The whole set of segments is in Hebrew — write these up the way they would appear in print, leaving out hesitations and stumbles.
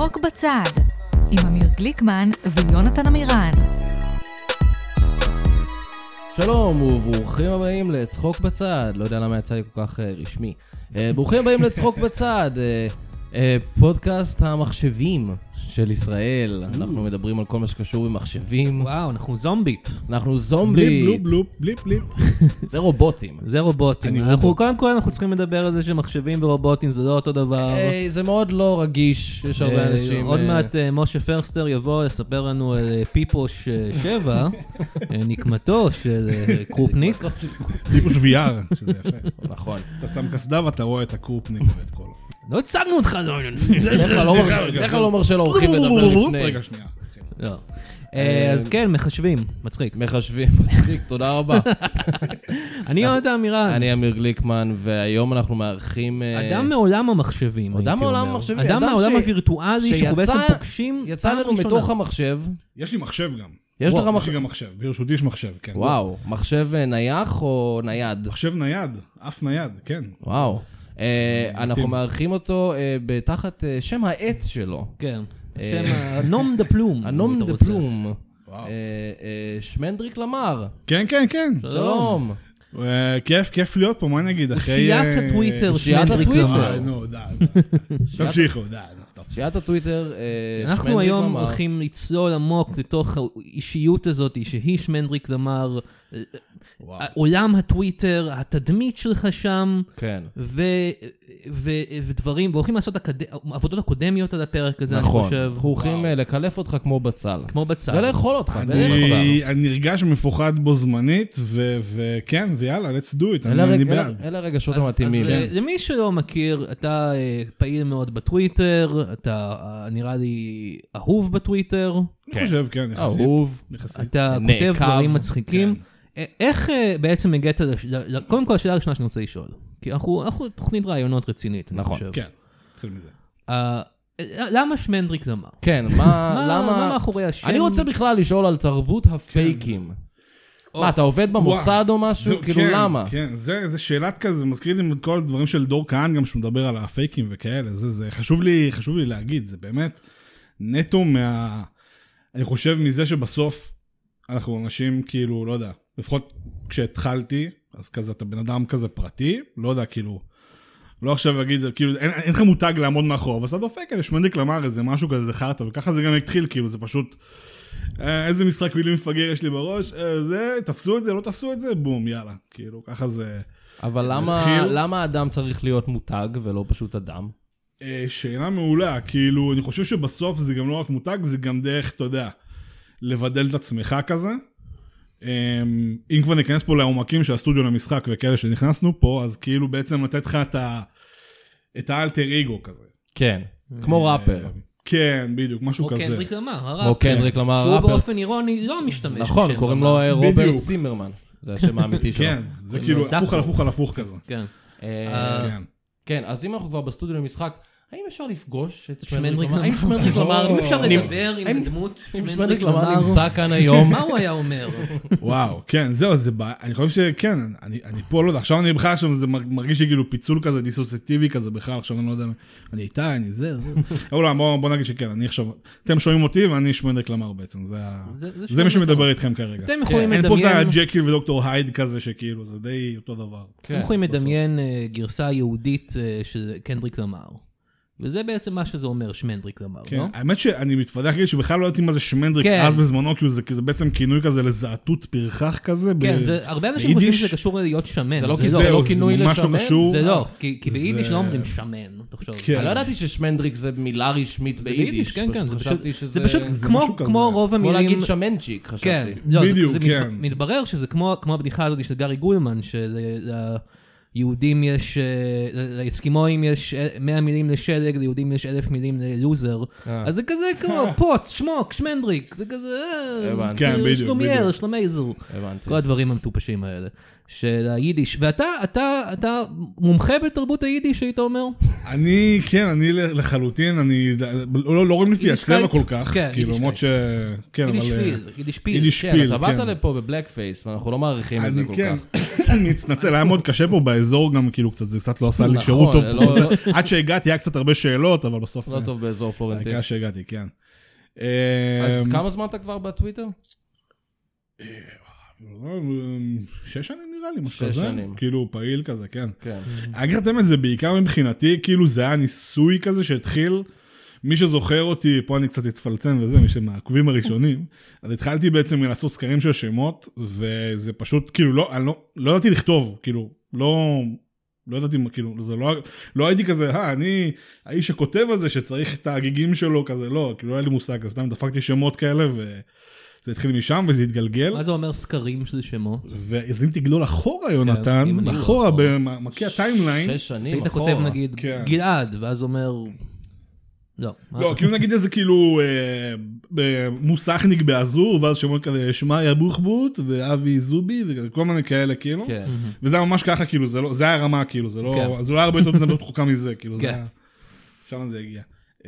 צחוק בצד, עם אמיר גליקמן ויונתן אמירן. שלום וברוכים הבאים לצחוק בצד, לא יודע למה יצא לי כל כך רשמי. ברוכים הבאים לצחוק בצד, פודקאסט המחשבים של ישראל. אנחנו מדברים על כל מה שקשור במחשבים. וואו, אנחנו זומבית. אנחנו זומבית. בליפ, בלופ, בליפ, בליפ. זה רובוטים. זה רובוטים. קודם כל אנחנו צריכים לדבר על זה שמחשבים ורובוטים זה לא אותו דבר. זה מאוד לא רגיש, יש הרבה אנשים. עוד מעט משה פרסטר יבוא לספר לנו על פיפוש 7, נקמתו של קרופניק. פיפוש VR, שזה יפה. נכון. אתה סתם כסדה ואתה רואה את הקרופניק ואת כל... לא הצגנו אותך. איך לא מרשה לאורחים לדבר לפני? רגע, שנייה. אז כן, מחשבים, מצחיק. מחשבים, מצחיק, תודה רבה. אני יונתן אמירן. אני אמיר גליקמן, והיום אנחנו מארחים... אדם מעולם המחשבים, אדם מעולם המחשבים. אדם מהעולם הווירטואלי שאנחנו בעצם פוגשים. יצא לנו מתוך המחשב. יש לי מחשב גם. יש לך יש מחשב? לי גם מחשב, ברשותי יש מחשב, כן. וואו, מחשב נייח או נייד? מחשב נייד, אף נייד, כן. וואו. אנחנו מארחים אותו בתחת שם העט שלו. כן. שם הנום דה פלום. הנום דה פלום. שמנדריק למר. כן, כן, כן. שלום. כיף להיות פה, מה נגיד? שיעת הטוויטר, שמנדריק למר. נו, די. תמשיכו, די. שיעת הטוויטר, אנחנו היום הולכים לצלול עמוק לתוך האישיות הזאת, שהיא שמנדריק למר, עולם הטוויטר, התדמית שלך שם, ודברים, והולכים לעשות עבודות אקדמיות על הפרק הזה, אני חושב. נכון, אנחנו הולכים לקלף אותך כמו בצל. כמו בצל. ולאכול אותך. אני נרגש ומפוחד בו זמנית, וכן, ויאללה, let's do it, אני בעד. אלה הרגשות המתאימים. אז למי שלא מכיר, אתה פעיל מאוד בטוויטר, אתה נראה לי אהוב בטוויטר. אני חושב, כן, יחסית. אהוב. אתה כותב דברים מצחיקים. איך בעצם הגעת, קודם כל השאלה הראשונה שאני רוצה לשאול, כי אנחנו תוכנית רעיונות רצינית. נכון. כן, תתחיל מזה. למה שמנדריק למר? כן, מה מאחורי השם? אני רוצה בכלל לשאול על תרבות הפייקים. מה, אתה עובד במוסד או משהו? כאילו, למה? כן, זה שאלת כזה, מזכיר לי כל הדברים של דור כהן, גם שהוא מדבר על הפייקים וכאלה, זה חשוב לי להגיד, זה באמת נטו אני חושב מזה שבסוף אנחנו אנשים כאילו, לא יודע, לפחות כשהתחלתי, אז כזה אתה בן אדם כזה פרטי, לא יודע, כאילו, לא עכשיו להגיד, כאילו, אין לך מותג לעמוד מאחור, אבל אתה דופק איזה שמנדריק למר, איזה משהו כזה, זה חרטה, וככה זה גם התחיל, כאילו, זה פשוט, איזה משחק מילים מפגר יש לי בראש, תפסו את זה, לא תפסו את זה, בום, יאללה, כאילו, ככה זה... אבל למה האדם צריך להיות מותג ולא פשוט אדם? שאלה מעולה, כאילו, אני חושב שבסוף זה גם לא רק מותג, זה גם דרך, אתה יודע, לבדל את עצמך כזה. אם כבר ניכנס פה לעומקים של הסטודיו למשחק וכאלה שנכנסנו פה, אז כאילו בעצם לתת לך את האלטר איגו כזה. כן, כמו ראפר. כן, בדיוק, משהו כזה. או קנדריק למר, הראפר. או קנדריק למר, הראפר. שהוא באופן אירוני לא משתמש. נכון, קוראים לו רוברט צימרמן. זה השם האמיתי שלו. כן, זה כאילו הפוך על הפוך על הפוך כזה. כן. כן, אז אם אנחנו כבר בסטודיו למשחק, האם אפשר לפגוש את שמנדריק למר? האם שמנדריק למר... אם אפשר לדבר עם הדמות שמנדריק למר נמצא כאן היום? מה הוא היה אומר? וואו, כן, זהו, אני חושב שכן, אני פה לא יודע, עכשיו אני בכלל, זה מרגיש לי כאילו פיצול כזה, דיסוציאטיבי כזה בכלל, עכשיו אני לא יודע, אני איתה, אני זה. אבל בוא נגיד שכן, אני עכשיו, אתם שומעים אותי ואני שמנדריק למר בעצם, זה מי שמדבר איתכם כרגע. אתם יכולים אין לדמיין... פה את הג'קיל ודוקטור הייד כזה, שכאילו, זה די אותו דבר. אתם יכולים לדמיין גרסה יהודית של קנדריק למר. וזה בעצם מה שזה אומר, שמנדריק למר, לא? האמת שאני מתפדח להגיד שבכלל לא יודעים מה זה שמנדריק אז בזמנו, כי זה בעצם כינוי כזה לזעתות פרחח כזה. כן, הרבה אנשים חושבים שזה קשור להיות שמן. זה לא כינוי לשמן? זה לא, כי ביידיש לא אומרים שמן, תחשוב. אני לא ידעתי ששמנדריק זה מילה רשמית ביידיש. כן, כן, זה פשוט כמו רוב המילים... כמו להגיד שמנצ'יק, חשבתי. בדיוק, כן. מתברר שזה כמו הבדיחה הזאת של גארי גולמן, של... יהודים יש, לאסקימואים יש 100 מילים לשלג, ליהודים יש 1,000 מילים ללוזר. אז זה כזה כמו פוץ, שמוק, שמנדריק, זה כזה, שלומיאל, שלומייזר. כל הדברים המטופשים האלה. של היידיש, ואתה מומחה בתרבות היידיש, היית אומר? אני לחלוטין, אני לא רואים לפי הצבע כל כך, כאילו, למרות ש... יידיש פיל. כן, אתה באת לפה בבלק פייס, ואנחנו לא מעריכים את זה כל כך. אני מצטנצל, היה מאוד קשה פה באזור גם, כאילו, קצת, זה קצת לא עשה לי שירות טוב פה. עד שהגעתי, היה קצת הרבה שאלות, אבל בסוף... לא טוב באזור פלורנטין. העיקר שהגעתי, כן. אז כמה זמן אתה כבר בטוויטר? 6 שנים נראה לי, משהו 6 כזה. שנים. כאילו, פעיל כזה, כן. כן. אגיד לכם את זה בעיקר מבחינתי, כאילו זה היה ניסוי כזה שהתחיל, מי שזוכר אותי, פה אני קצת התפלצן וזה, מי שמעקבים הראשונים, אז התחלתי בעצם לעשות סקרים של שמות, וזה פשוט, כאילו, לא ידעתי לכתוב, כאילו, לא ידעתי, כאילו, לא הייתי כזה, אני האיש הכותב הזה שצריך את הגיגים שלו כזה, לא, כאילו, לא היה לי מושג, אז סתם דפקתי שמות כאלה, זה התחיל משם וזה התגלגל. מה זה אומר סקרים של שמות? אז אם תגלול אחורה, יונתן, אחורה במקי הטיימליין. 6 שנים אתה אחורה. כותב נגיד גלעד, ואז אומר... לא, כאילו נגיד איזה כאילו מוסכניק באזור, ואז שמות כזה שמעיה בוחבוט, ואבי זובי, וכל מיני כאלה, כאילו. וזה ממש ככה, כאילו, זה היה רמה, כאילו, זה לא היה הרבה יותר מדברת חוקה מזה, כאילו, שם זה הגיע.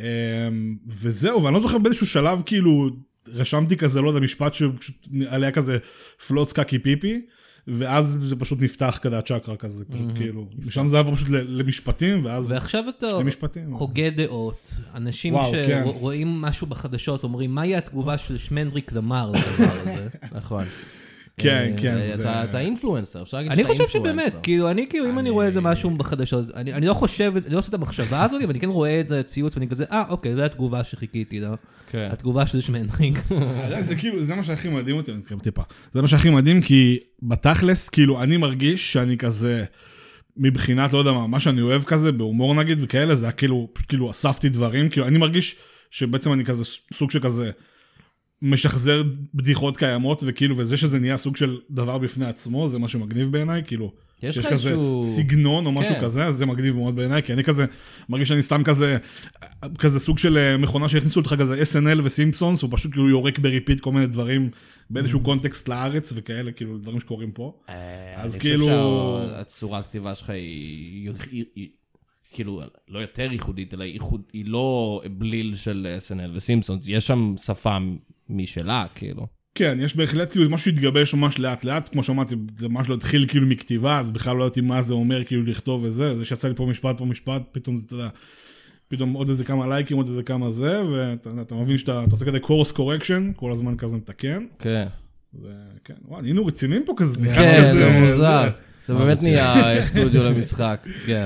וזהו, ואני לא זוכר באיזשהו שלב, כאילו, רשמתי כזה, לא יודע, משפט שעליה כזה פלוץ קקי פיפי, ואז זה פשוט נפתח כזה הצ'קרה כזה, פשוט כאילו, משם זה עבר פשוט למשפטים, ואז ועכשיו אתה הוגה דעות, אנשים שרואים משהו בחדשות, אומרים, מה יהיה התגובה של שמנדריק דמר לדבר הזה? נכון. כן, כן. אתה אינפלואנסר, אפשר להגיד אני שאתה חושב שבאמת, כאילו, אם אני רואה איזה משהו בחדשות, אני לא חושב, אני לא עושה את המחשבה הזאת, אבל אני כן רואה את הציוץ ואני כזה, אוקיי, זו התגובה שחיכיתי, לא? התגובה של שמנדריק. זה כאילו, זה מה שהכי מדהים אותי, אני אתקרב טיפה. זה מה שהכי מדהים, כי בתכלס, כאילו, אני מרגיש שאני כזה, מבחינת, לא יודע מה שאני אוהב כזה, בהומור נגיד וכאלה, זה היה כאילו, פשוט כאילו, אספתי דברים, כאילו, אני מרגיש שבעצם אני כזה, סוג שכזה, משחזר בדיחות קיימות, וכאילו, וזה שזה נהיה סוג של דבר בפני עצמו, זה מה שמגניב בעיניי, כאילו, יש כזה סגנון או משהו כזה, אז זה מגניב מאוד בעיניי, כי אני כזה, מרגיש שאני סתם כזה סוג של מכונה שהכניסו אותך כזה SNL וסימפסונס, הוא פשוט כאילו יורק בריפיט כל מיני דברים, באיזשהו קונטקסט לארץ וכאלה, כאילו, דברים שקורים פה. אז כאילו... אני חושב שהצורה הכתיבה שלך היא כאילו, לא יותר ייחודית, אלא היא לא בליל של SNL וסימפסונס, יש שם שפה משלה, כאילו. כן, יש בהחלט, כאילו, משהו שהתגבש ממש לאט לאט, כמו שאמרתי, זה ממש לא התחיל כאילו מכתיבה, אז בכלל לא ידעתי מה זה אומר, כאילו, לכתוב וזה, זה שיצא לי פה משפט, פתאום זה, אתה יודע, פתאום עוד איזה כמה לייקים, עוד איזה כמה זה, ואתה מבין שאתה עושה כזה קורס קורקשן, כל הזמן כזה מתקן. כן. וכן, וואו, היינו רציניים פה כזה, כן, זה מוזר. זה באמת נהיה סטודיו למשחק. כן.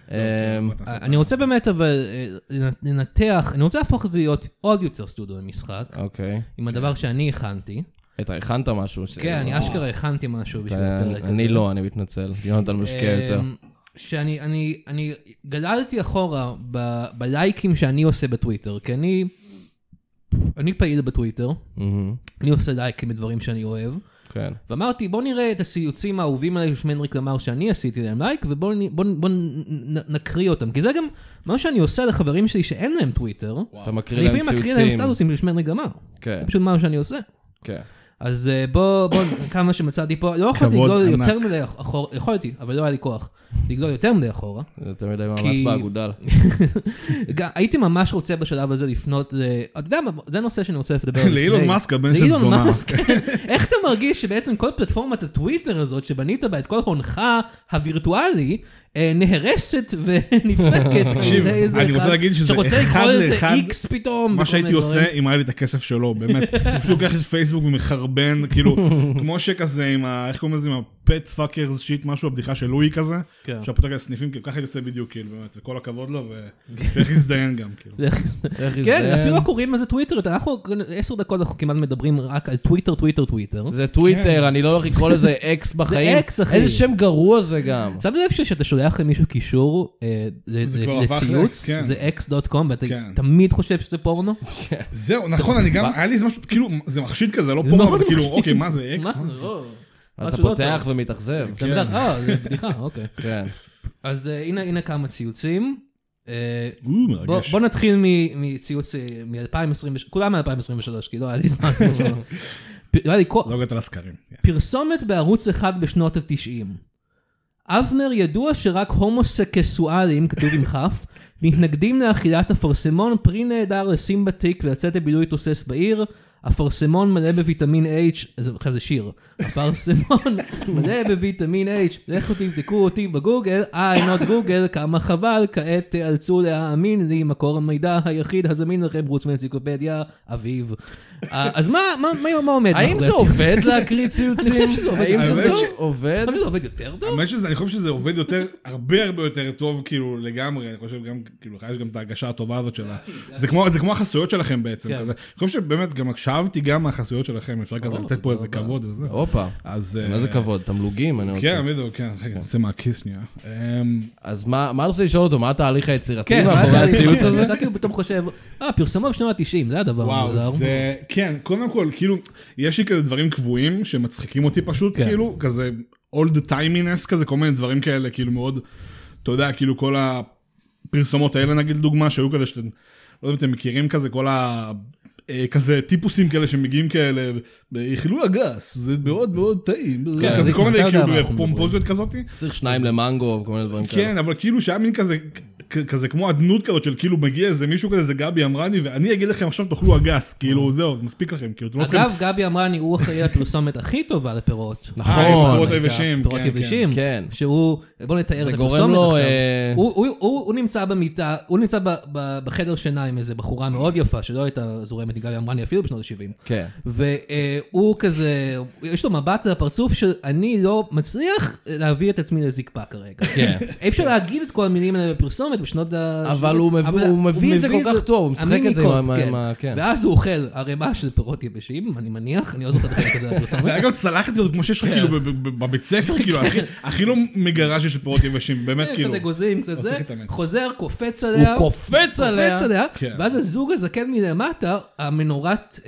אני רוצה באמת אבל לנתח, אני רוצה להפוך את זה להיות עוד יותר סטודיו למשחק. אוקיי. עם הדבר שאני הכנתי. אתה הכנת משהו? כן, אני אשכרה הכנתי משהו בשביל הפרק הזה. אני לא, אני מתנצל. יונתן משקיע יותר. שאני גללתי אחורה בלייקים שאני עושה בטוויטר, כי אני פעיל בטוויטר, אני עושה לייקים בדברים שאני אוהב, ואמרתי, בוא נראה את הסיוצים האהובים האלה שמנדריק אמר שאני עשיתי להם לייק, ובוא נקריא אותם, כי זה גם מה שאני עושה לחברים שלי שאין להם טוויטר, אתה מקריא להם ציוצים. אני לפעמים מקריא להם סטטוסים של שמנדריק אמר, זה פשוט מה שאני עושה. כן. אז בוא, כמה שמצאתי פה, לא יכולתי לגלול יותר מדי אחורה, יכולתי, אבל לא היה לי כוח לגלול יותר מדי אחורה. זה יותר מדי מאמץ באגודל. הייתי ממש רוצה בשלב הזה לפנות, אתה יודע מה, זה נושא שאני רוצה לדבר לפני. לאילון מאסק, הבן של זונה. איך אתה מרגיש שבעצם כל פלטפורמת הטוויטר הזאת, שבנית בה את כל הונך הווירטואלי, נהרסת ונדפקת. תקשיב, אני רוצה להגיד שזה אחד לאחד, פתאום, מה שהייתי עושה אם היה לי את הכסף שלו, באמת. פשוט לוקח את פייסבוק ומחרבן, כאילו, כמו שכזה עם איך קוראים לזה, עם הפט פאקרס שיט, משהו, הבדיחה של לואי כזה, שהפותק הסניפים, ככה יוצא בדיוק, כאילו, באמת, וכל הכבוד לו, ואיך יזדיין גם, כאילו. כן, אפילו לא קוראים לזה טוויטר, אנחנו 10 דקות אנחנו כמעט מדברים רק על טוויטר. זה טוויטר, אני לא הולך לקרוא לזה אקס בחיים. זה אקס, אחי. איזה שם גרוע זה גם. שמת לב שאתה שולח למישהו קישור לציוץ, זה x.com, ואתה תמיד חושב שזה פורנו? זהו, נכון, אני גם, היה לי איזה משהו, כאילו, זה מחשיד כזה, לא פורנו, אבל כאילו, אוקיי, מה זה אקס? אתה פותח ומתאכזב. זה בדיחה, אוקיי. אז הנה כמה ציוצים. בוא נתחיל מציוץ מ-2023, כולם מ-2023, כי לא היה לי זמן. לא הגעת לסקרים. פרסומת בערוץ אחד בשנות ה-90. אבנר ידוע שרק הומוסקסואלים, כתוב עם כף, מתנגדים לאכילת אפרסמון, פרי נהדר לשים בתיק ולצאת לבילוי תוסס בעיר. אפרסמון מלא בוויטמין H, עכשיו זה שיר, אפרסמון מלא בוויטמין H, לכו תבדקו אותי בגוגל, not גוגל, כמה חבל, כעת תאלצו להאמין לי, מקור המידע היחיד הזמין לכם, חוץ מאנציקלופדיה, אביב. אז מה עומד? האם זה עובד להקריא ציוצים? אני חושב שזה עובד. האם זה עובד? זה עובד יותר טוב? אני חושב שזה עובד יותר, הרבה יותר טוב, כאילו, לגמרי, אני חושב גם, כאילו, יש גם את ההרגשה הטובה הזאת שלה. זה כמו החסויות שלכם בעצם, כזה. אני חושב שבאמת, גם שאבתי גם מהחסויות שלכם, אפשר כזה לתת פה איזה כבוד וזה. אופה, מה זה כבוד? תמלוגים? כן, בדיוק, כן, זה מהכיס שנייה. אז מה אני רוצה לשאול אותו? מה התהליך היצירתי מאחורי הציוץ הזה? אתה כאילו פתאום חושב, פרסומה בשנות ה-90, זה הדבר מוזר. כן, קודם כל, כאילו, יש לי כזה דברים קבועים שמצחיקים אותי פשוט, כאילו, כזה all the timiness כזה, כל מיני דברים כאלה, כאילו מאוד, אתה יודע, כאילו כל הפרסומות האלה, נגיד דוגמה, שהיו כזה שאתם, לא יודע אם אתם מכירים כזה, כל כזה טיפוסים כאלה שמגיעים כאלה, יאכלו אגס, זה מאוד מאוד טעים, כזה כל מיני כאילו פומפוזיות כזאת. צריך 2 למנגו וכל מיני דברים כאלה. כן, אבל כאילו שהיה מין כזה כמו עדנות כזאת של כאילו מגיע איזה מישהו כזה, זה גבי אמרני, ואני אגיד לכם עכשיו תאכלו אגס, כאילו זהו, זה מספיק לכם. אגב, גבי אמרני הוא אחראי הפרסומת הכי טובה לפירות. נכון. פירות יבשים. פירות יבשים. כן. שהוא, בוא נתאר את הפרסומת עכשיו. הוא נמצא במיטה, הוא נמצא בחדר שינה עם איזה בחורה מאוד יפה, שלא הייתה זורמת עם גבי אמרני אפילו בשנות ה-70. כן. והוא כזה, יש לו מבט על הפרצוף שאני לא מצליח להביא את עצמי לזקפה כרגע. כן. אי אפשר להגיד את כל המילים האלה בפרסומת בשנות אבל הוא מביא את זה כל כך טוב, הוא משחק את זה עם כן. ואז הוא אוכל ערימה של פירות יבשים, אני מניח, אני לא זוכר את החלק הזה לפרסומת. זה אגב צלחת להיות כמו שיש לך כאילו בבית ספר, כאילו הכי לא מגרש של פירות יבשים, באמת כאילו. קצת אגוזים, קצת זה, חוזר, קופץ עליה. הוא קופץ עליה. ואז הזוג הזקן מלמטה, המנורת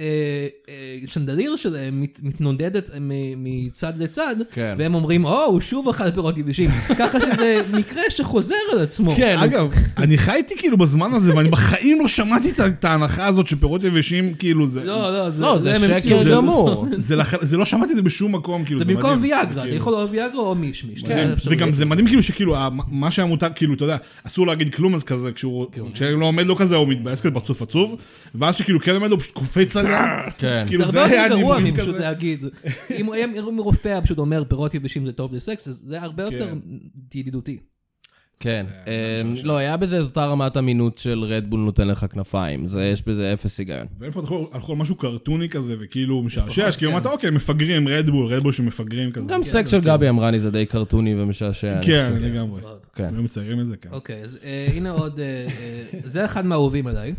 שנדליר שלהם מתנודדת מצד לצד, והם אומרים, הוא שוב אכל פירות יבשים. ככה שזה מקרה שחוזר על עצמו. אגב, אני חייתי כאילו בזמן הזה, ואני בחיים לא שמעתי את ההנחה הזאת שפירות יבשים, כאילו זה... לא, זה שקר גמור. זה לא שמעתי את זה בשום מקום, כאילו זה במקום ויאגרה, אתה יכול או ויאגרה או מישמיש. וגם זה מדהים כאילו שכאילו, מה שהיה מותר, כאילו, אתה יודע, אסור להגיד כלום אז כזה, כשהוא לא עומד לו כזה, הוא מתבאס כזה בצוף עצוב, ואז שכאילו כן עומד לו פשוט קופץ עליה, כאילו זה היה דיבורים כזה. להגיד, אם רופא פשוט אומר פירות יבשים זה טוב לסקס, זה הרבה יותר ידידותי. כן, לא, היה בזה את אותה רמת אמינות של רדבול נותן לך כנפיים, יש בזה אפס היגיון. ואיפה הלכו על משהו קרטוני כזה, וכאילו משעשע, כאילו אמרת, אוקיי, מפגרים, רדבול שמפגרים כזה. גם סקס של גבי אמרני זה די קרטוני ומשעשע. כן, לגמרי. הם מציירים את זה כאן. אוקיי, אז הנה עוד, זה אחד מהאהובים עליי.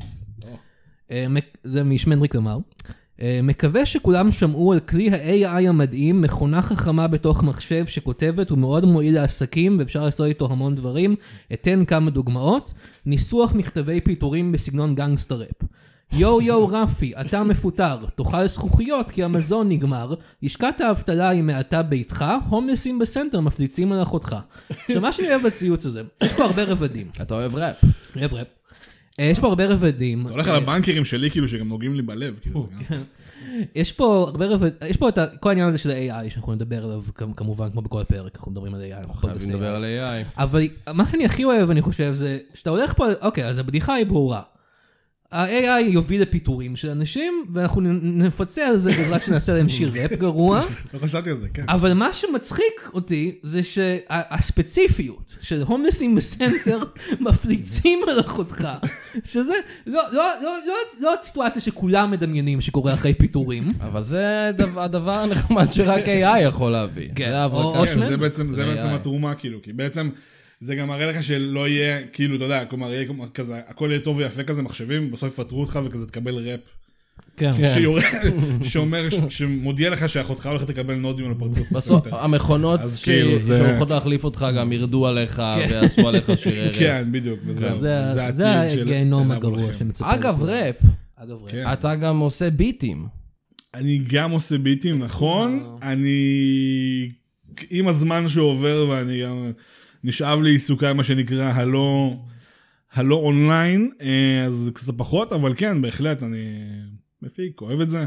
זה משמנדריק למר. מקווה שכולם שמעו על כלי ה-AI המדהים, מכונה חכמה בתוך מחשב שכותבת ומאוד מועיל לעסקים ואפשר לעשות איתו המון דברים. אתן כמה דוגמאות. ניסוח מכתבי פיטורים בסגנון גנגסטר ראפ. יו רפי, אתה מפוטר, תאכל זכוכיות כי המזון נגמר, לשכת האבטלה היא מעתה ביתך, הומלסים בסנטר מפליצים על אחותך. עכשיו מה שאני אוהב בציוץ הזה, יש פה הרבה רבדים. אתה אוהב ראפ. אוהב ראפ. יש פה הרבה רבדים. אתה הולך על הבנקרים שלי כאילו שגם נוגעים לי בלב. יש פה הרבה רבדים, יש פה את כל העניין הזה של ה-AI שאנחנו נדבר עליו כמובן כמו בכל הפרק, אנחנו מדברים על AI. אנחנו חייבים לדבר על AI. אבל מה שאני הכי אוהב אני חושב זה שאתה הולך פה, אוקיי, אז הבדיחה היא ברורה. ה-AI יוביל לפיטורים של אנשים, ואנחנו נפצה על זה בעזרת שנעשה להם שיר ראפ גרוע. לא חשבתי על זה, כן. אבל מה שמצחיק אותי, זה שהספציפיות של הומלסים בסנטר מפליצים על אחותך, שזה לא הסיטואציה שכולם מדמיינים שקורה אחרי פיטורים. אבל זה הדבר הנחמד שרק AI יכול להביא. זה בעצם התרומה, כאילו, כי בעצם... זה גם מראה לך שלא יהיה, כאילו, אתה יודע, כלומר, יהיה כזה, הכל יהיה טוב ויפה כזה מחשבים, בסוף יפטרו אותך וכזה תקבל ראפ. כן. שאומר, שמודיע לך שאחותך הולכת לקבל נודים על הפרצוף. בסוף, המכונות שהולכות להחליף אותך גם ירדו עליך ועשו עליך שירי ראפ. כן, בדיוק. זה הגיהנום הגרוע שמצפה. אגב, ראפ. אתה גם עושה ביטים. אני גם עושה ביטים, נכון. אני, עם הזמן שעובר ואני גם... נשאב לי עיסוקה מה שנקרא הלא אונליין, אז קצת פחות, אבל כן, בהחלט, אני מפיק, אוהב את זה.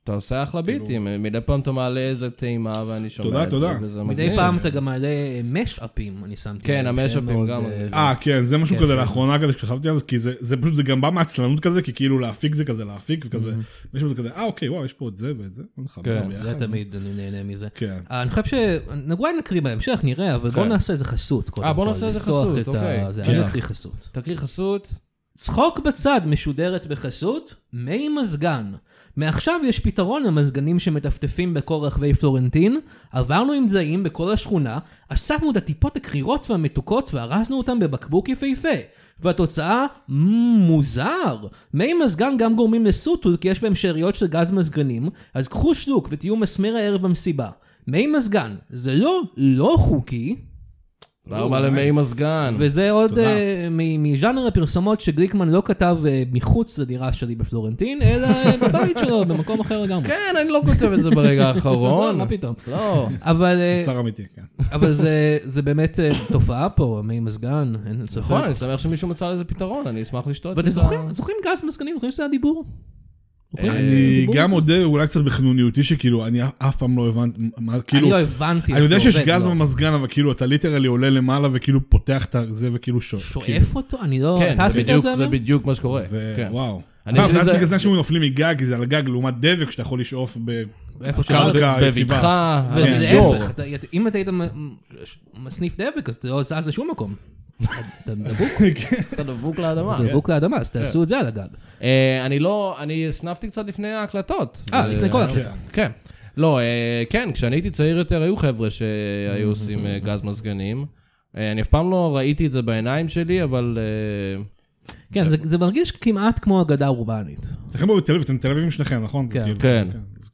אתה עושה אחלה ביטים, מדי פעם אתה מעלה איזה טעימה ואני שומע את זה, וזה מגניב. מדי פעם אתה גם מעלה משאפים, אני שמתי. כן, המשאפים גם. כן, זה משהו כזה לאחרונה כזה, כשחשבתי על זה, כי זה פשוט, זה גם בא מעצלנות כזה, כי כאילו להפיק זה כזה, להפיק וכזה, מישהו זה כזה, אוקיי, וואו, יש פה את זה ואת זה, זה תמיד, אני נהנה מזה. אני חושב שנגוואי נקריא בהמשך, נראה, אבל בואו נעשה איזה חסות. בואו נעשה איזה חסות, אוקיי. אני אקריא חסות. תקריא חסות. צחוק בצד משודרת בחסות, מי מזגן. מעכשיו יש פתרון למזגנים שמטפטפים בכל רחבי פלורנטין, עברנו עם דליים בכל השכונה, אספנו את הטיפות הקרירות והמתוקות וארזנו אותם בבקבוק יפהפה. והתוצאה, מוזר. מי מזגן גם גורמים לסוטול כי יש בהם שאריות של גז מזגנים, אז קחו שלוק ותהיו מסמר הערב במסיבה. מי מזגן, זה לא חוקי. תודה למי מזגן. וזה עוד מז'אנר הפרסומות שגליקמן לא כתב מחוץ לדירה שלי בפלורנטין, אלא בבית שלו, במקום אחר גם. כן, אני לא כותב את זה ברגע האחרון. מה פתאום? לא. מוצר אמיתי, כן. אבל זה באמת תופעה פה, מי מזגן, אין ספק. נכון, אני שמח שמישהו מצא לזה פתרון, אני אשמח לשתות. ואתם זוכרים גז מזגנים? זוכרים שזה הדיבור? אני גם מודה אולי קצת בחנוניותי שכאילו אני אף פעם לא הבנתי, אני לא הבנתי. אני יודע שיש גז במזגן, אבל כאילו אתה ליטרלי עולה למעלה וכאילו פותח את זה וכאילו שואף אותו? אני לא... כן, זה בדיוק מה שקורה. וואו. ואז בגלל זה אנשים נופלים מגג, כי זה על גג לעומת דבק שאתה יכול לשאוף בקרקע יציבה. בביתך. אם אתה היית מסניף דבק, אז אתה לא זז לשום מקום. אתה דבוק לאדמה. אתה דבוק לאדמה, אז תעשו את זה על הגג. אני סנפתי קצת לפני ההקלטות. לפני כל ההקלטות. כן. לא, כן, כשאני הייתי צעיר יותר, היו חבר'ה שהיו עושים גז מזגנים. אני אף פעם לא ראיתי את זה בעיניים שלי, אבל... כן, זה מרגיש כמעט כמו אגדה אורבנית. צריכים בו אתם תל אביבים שניכם, נכון? כן.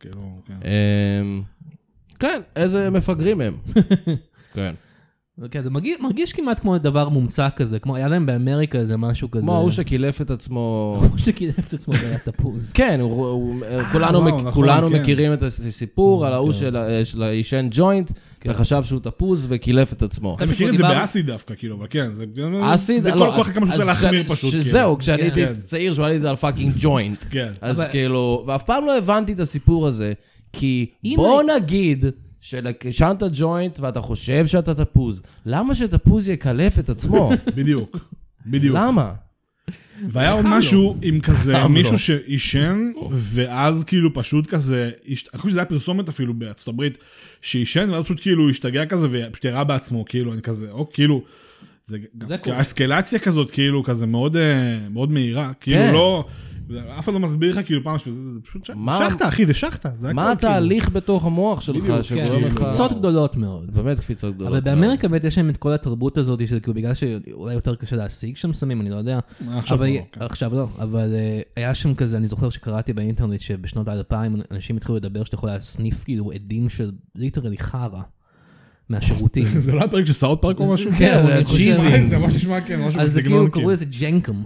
כן, איזה מפגרים הם. כן. כן, זה מרגיש כמעט כמו דבר מומצא כזה, כמו היה להם באמריקה איזה משהו כזה. כמו הוא שקילף את עצמו... הוא שקילף את עצמו והיה תפוז. כן, כולנו מכירים את הסיפור על ההוא של הישן ג'וינט, וחשב שהוא תפוז וקילף את עצמו. אתה מכיר את זה באסיד דווקא, כאילו, אבל כן, זה... אסיד? זה כל כך כמה שצריך להחמיר פשוט. זהו, כשאני הייתי צעיר, שואל לי זה על פאקינג ג'וינט. אז כאילו, ואף פעם לא הבנתי את הסיפור הזה, כי בוא נגיד... שלקשנת ג'וינט ואתה חושב שאתה תפוז. למה שתפוז יקלף את עצמו? בדיוק. למה? והיה עוד משהו עם כזה, מישהו שאישן, ואז כאילו פשוט כזה, אני חושב שזה היה פרסומת אפילו בארצות הברית, שאישן, ואז פשוט כאילו השתגע כזה, ופשוט ירה בעצמו, כאילו, אני כזה, או כאילו, זה אסקלציה כזאת, כאילו, כזה מאוד מהירה, כאילו לא... אף אחד לא מסביר לך, כאילו פעם שזה פשוט שחת, אחי, זה שחת. מה התהליך בתוך המוח שלך? קפיצות גדולות מאוד. באמת קפיצות גדולות. אבל באמריקה באמת יש להם את כל התרבות הזאת, בגלל שאולי יותר קשה להשיג שם סמים, אני לא יודע. עכשיו לא, אבל היה שם כזה, אני זוכר שקראתי באינטרנט שבשנות ה-2000 אנשים התחילו לדבר שאתה יכול להסניף כאילו עדים של ליטרלי חרה. מהשירותים. זה לא הפרק של סאוט פארק או משהו? כן, זה צ'יזי. זה ממש נשמע כן, משהו בסגנון. אז זה כאילו קראו לזה ג'נקם.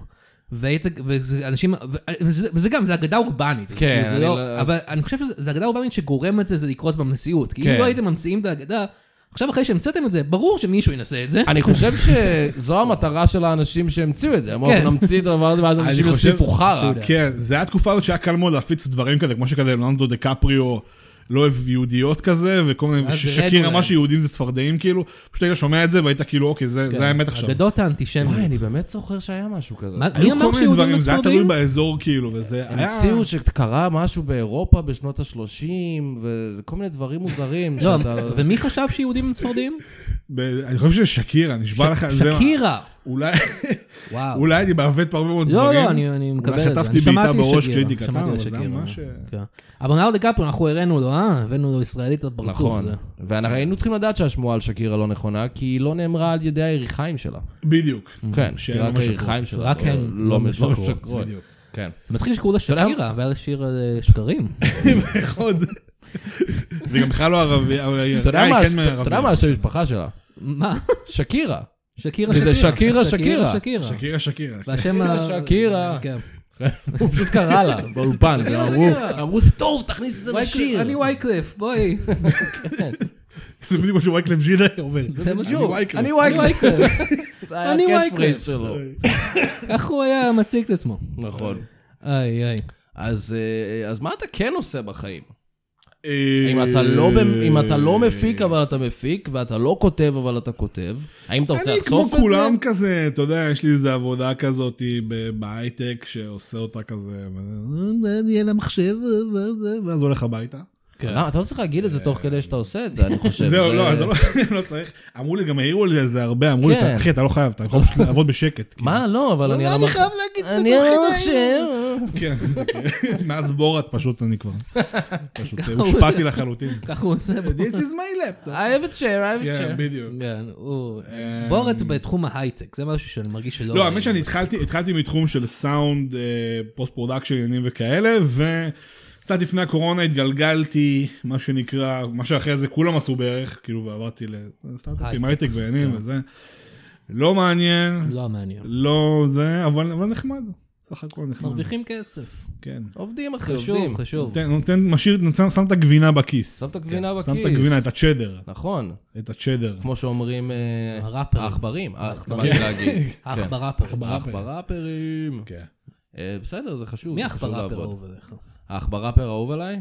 וזה גם, זה אגדה אורבנית. כן. אבל אני חושב שזה אגדה אורבנית שגורמת לזה לקרות במציאות. כי אם לא הייתם ממציאים את האגדה, עכשיו אחרי שהמצאתם את זה, ברור שמישהו ינסה את זה. אני חושב שזו המטרה של האנשים שהמציאו את זה. אמרו, נמציא את הדבר הזה, ואז אנשים יוסיפו חרא. כן, זה היה תקופה הזאת שהיה קל מאוד להפיץ דברים כזה, כמו שכזה לונדו דקפריו לא אוהב יהודיות כזה, וכל מיני, ששקיר אמר שיהודים זה צפרדעים כאילו, פשוט היית שומע את זה, והיית כאילו, אוקיי, זה האמת עכשיו. אגדות האנטישמיות. וואי, אני באמת זוכר שהיה משהו כזה. מי אמר שיהודים זה צפרדעים? זה היה תלוי באזור כאילו, וזה היה... המציאו שקרה משהו באירופה בשנות ה-30, וזה כל מיני דברים מוזרים. לא, ומי חשב שיהודים הם צפרדעים? אני חושב ששקירה, נשבע לך... שקירה! אולי הייתי בעבד פה הרבה מאוד דברים. לא, אני מקבל את זה. אולי חטפתי בעיטה בראש כשהייתי קטן, אבל זה ממש... אבל נאו דקפריו, אנחנו הראינו לו, הבאנו לו ישראלית את הפרצוף הזה. נכון, והיינו צריכים לדעת שהשמועה על שקירה לא נכונה, כי היא לא נאמרה על ידי היריחיים שלה. בדיוק. כן, רק היריחיים שלה. רק הן לא משקרות. כן. זה מצחיק שקראו לה שקירה, והיה לה שיר על שקרים. מאוד. וגם בכלל לא ערבי. אתה יודע מה השם המשפחה שלה? מה? שקירה. שקירה. זה שקירה. שקירה. והשם שקירה. הוא פשוט קרא לה באולפן, אמרו זה טוב, תכניס את זה לשיר. אני וייקליף, בואי. זה בדיוק מה שווייקליף ג'ינה אומר. זה משהו. אני וייקליף. זה היה קט פרייז שלו. איך הוא היה מציג את עצמו. נכון. איי. אז מה אתה כן עושה בחיים? אם אתה לא מפיק, אבל אתה מפיק, ואתה לא כותב, אבל אתה כותב, האם אתה רוצה לחשוף את זה? אני כמו כולם כזה, אתה יודע, יש לי איזו עבודה כזאת בהייטק, שעושה אותה כזה, נהיה למחשב, ואז הולך הביתה. אתה לא צריך להגיד את זה תוך כדי שאתה עושה את זה, אני חושב. זהו, לא, אתה לא צריך. אמרו לי, גם העירו לי על זה הרבה, אמרו לי, אחי, אתה לא חייב, אתה יכול פשוט לעבוד בשקט. מה? לא, אבל אני... אני חייב להגיד את זה תוך כדי. כן, זה כן. מאז בורת פשוט אני כבר. פשוט הושפעתי לחלוטין. ככה הוא עושה. This is my laptop. I have a chair, כן, בדיוק. בורת בתחום ההייטק, זה משהו שאני מרגיש שלא... לא, האמת שאני התחלתי מתחום של סאונד, פוסט פרודקשן, עניינים וכאלה, קצת לפני הקורונה התגלגלתי, מה שנקרא, מה שאחרי זה כולם עשו בערך, כאילו, ועברתי לסטארט-אפים, הייטק ועניינים וזה. לא מעניין. לא מעניין. לא זה, אבל נחמד. סך הכל נחמד. מרוויחים כסף. כן. עובדים אחרי עובדים. חשוב. שם את הגבינה בכיס. שם את הגבינה בכיס. שם את הגבינה, את הצ'דר. נכון. את הצ'דר. כמו שאומרים העכברים. העכבראפרים. כן. בסדר, זה חשוב. מי העכבראפר אהוב עליך? העכבראפר אהוב עליי?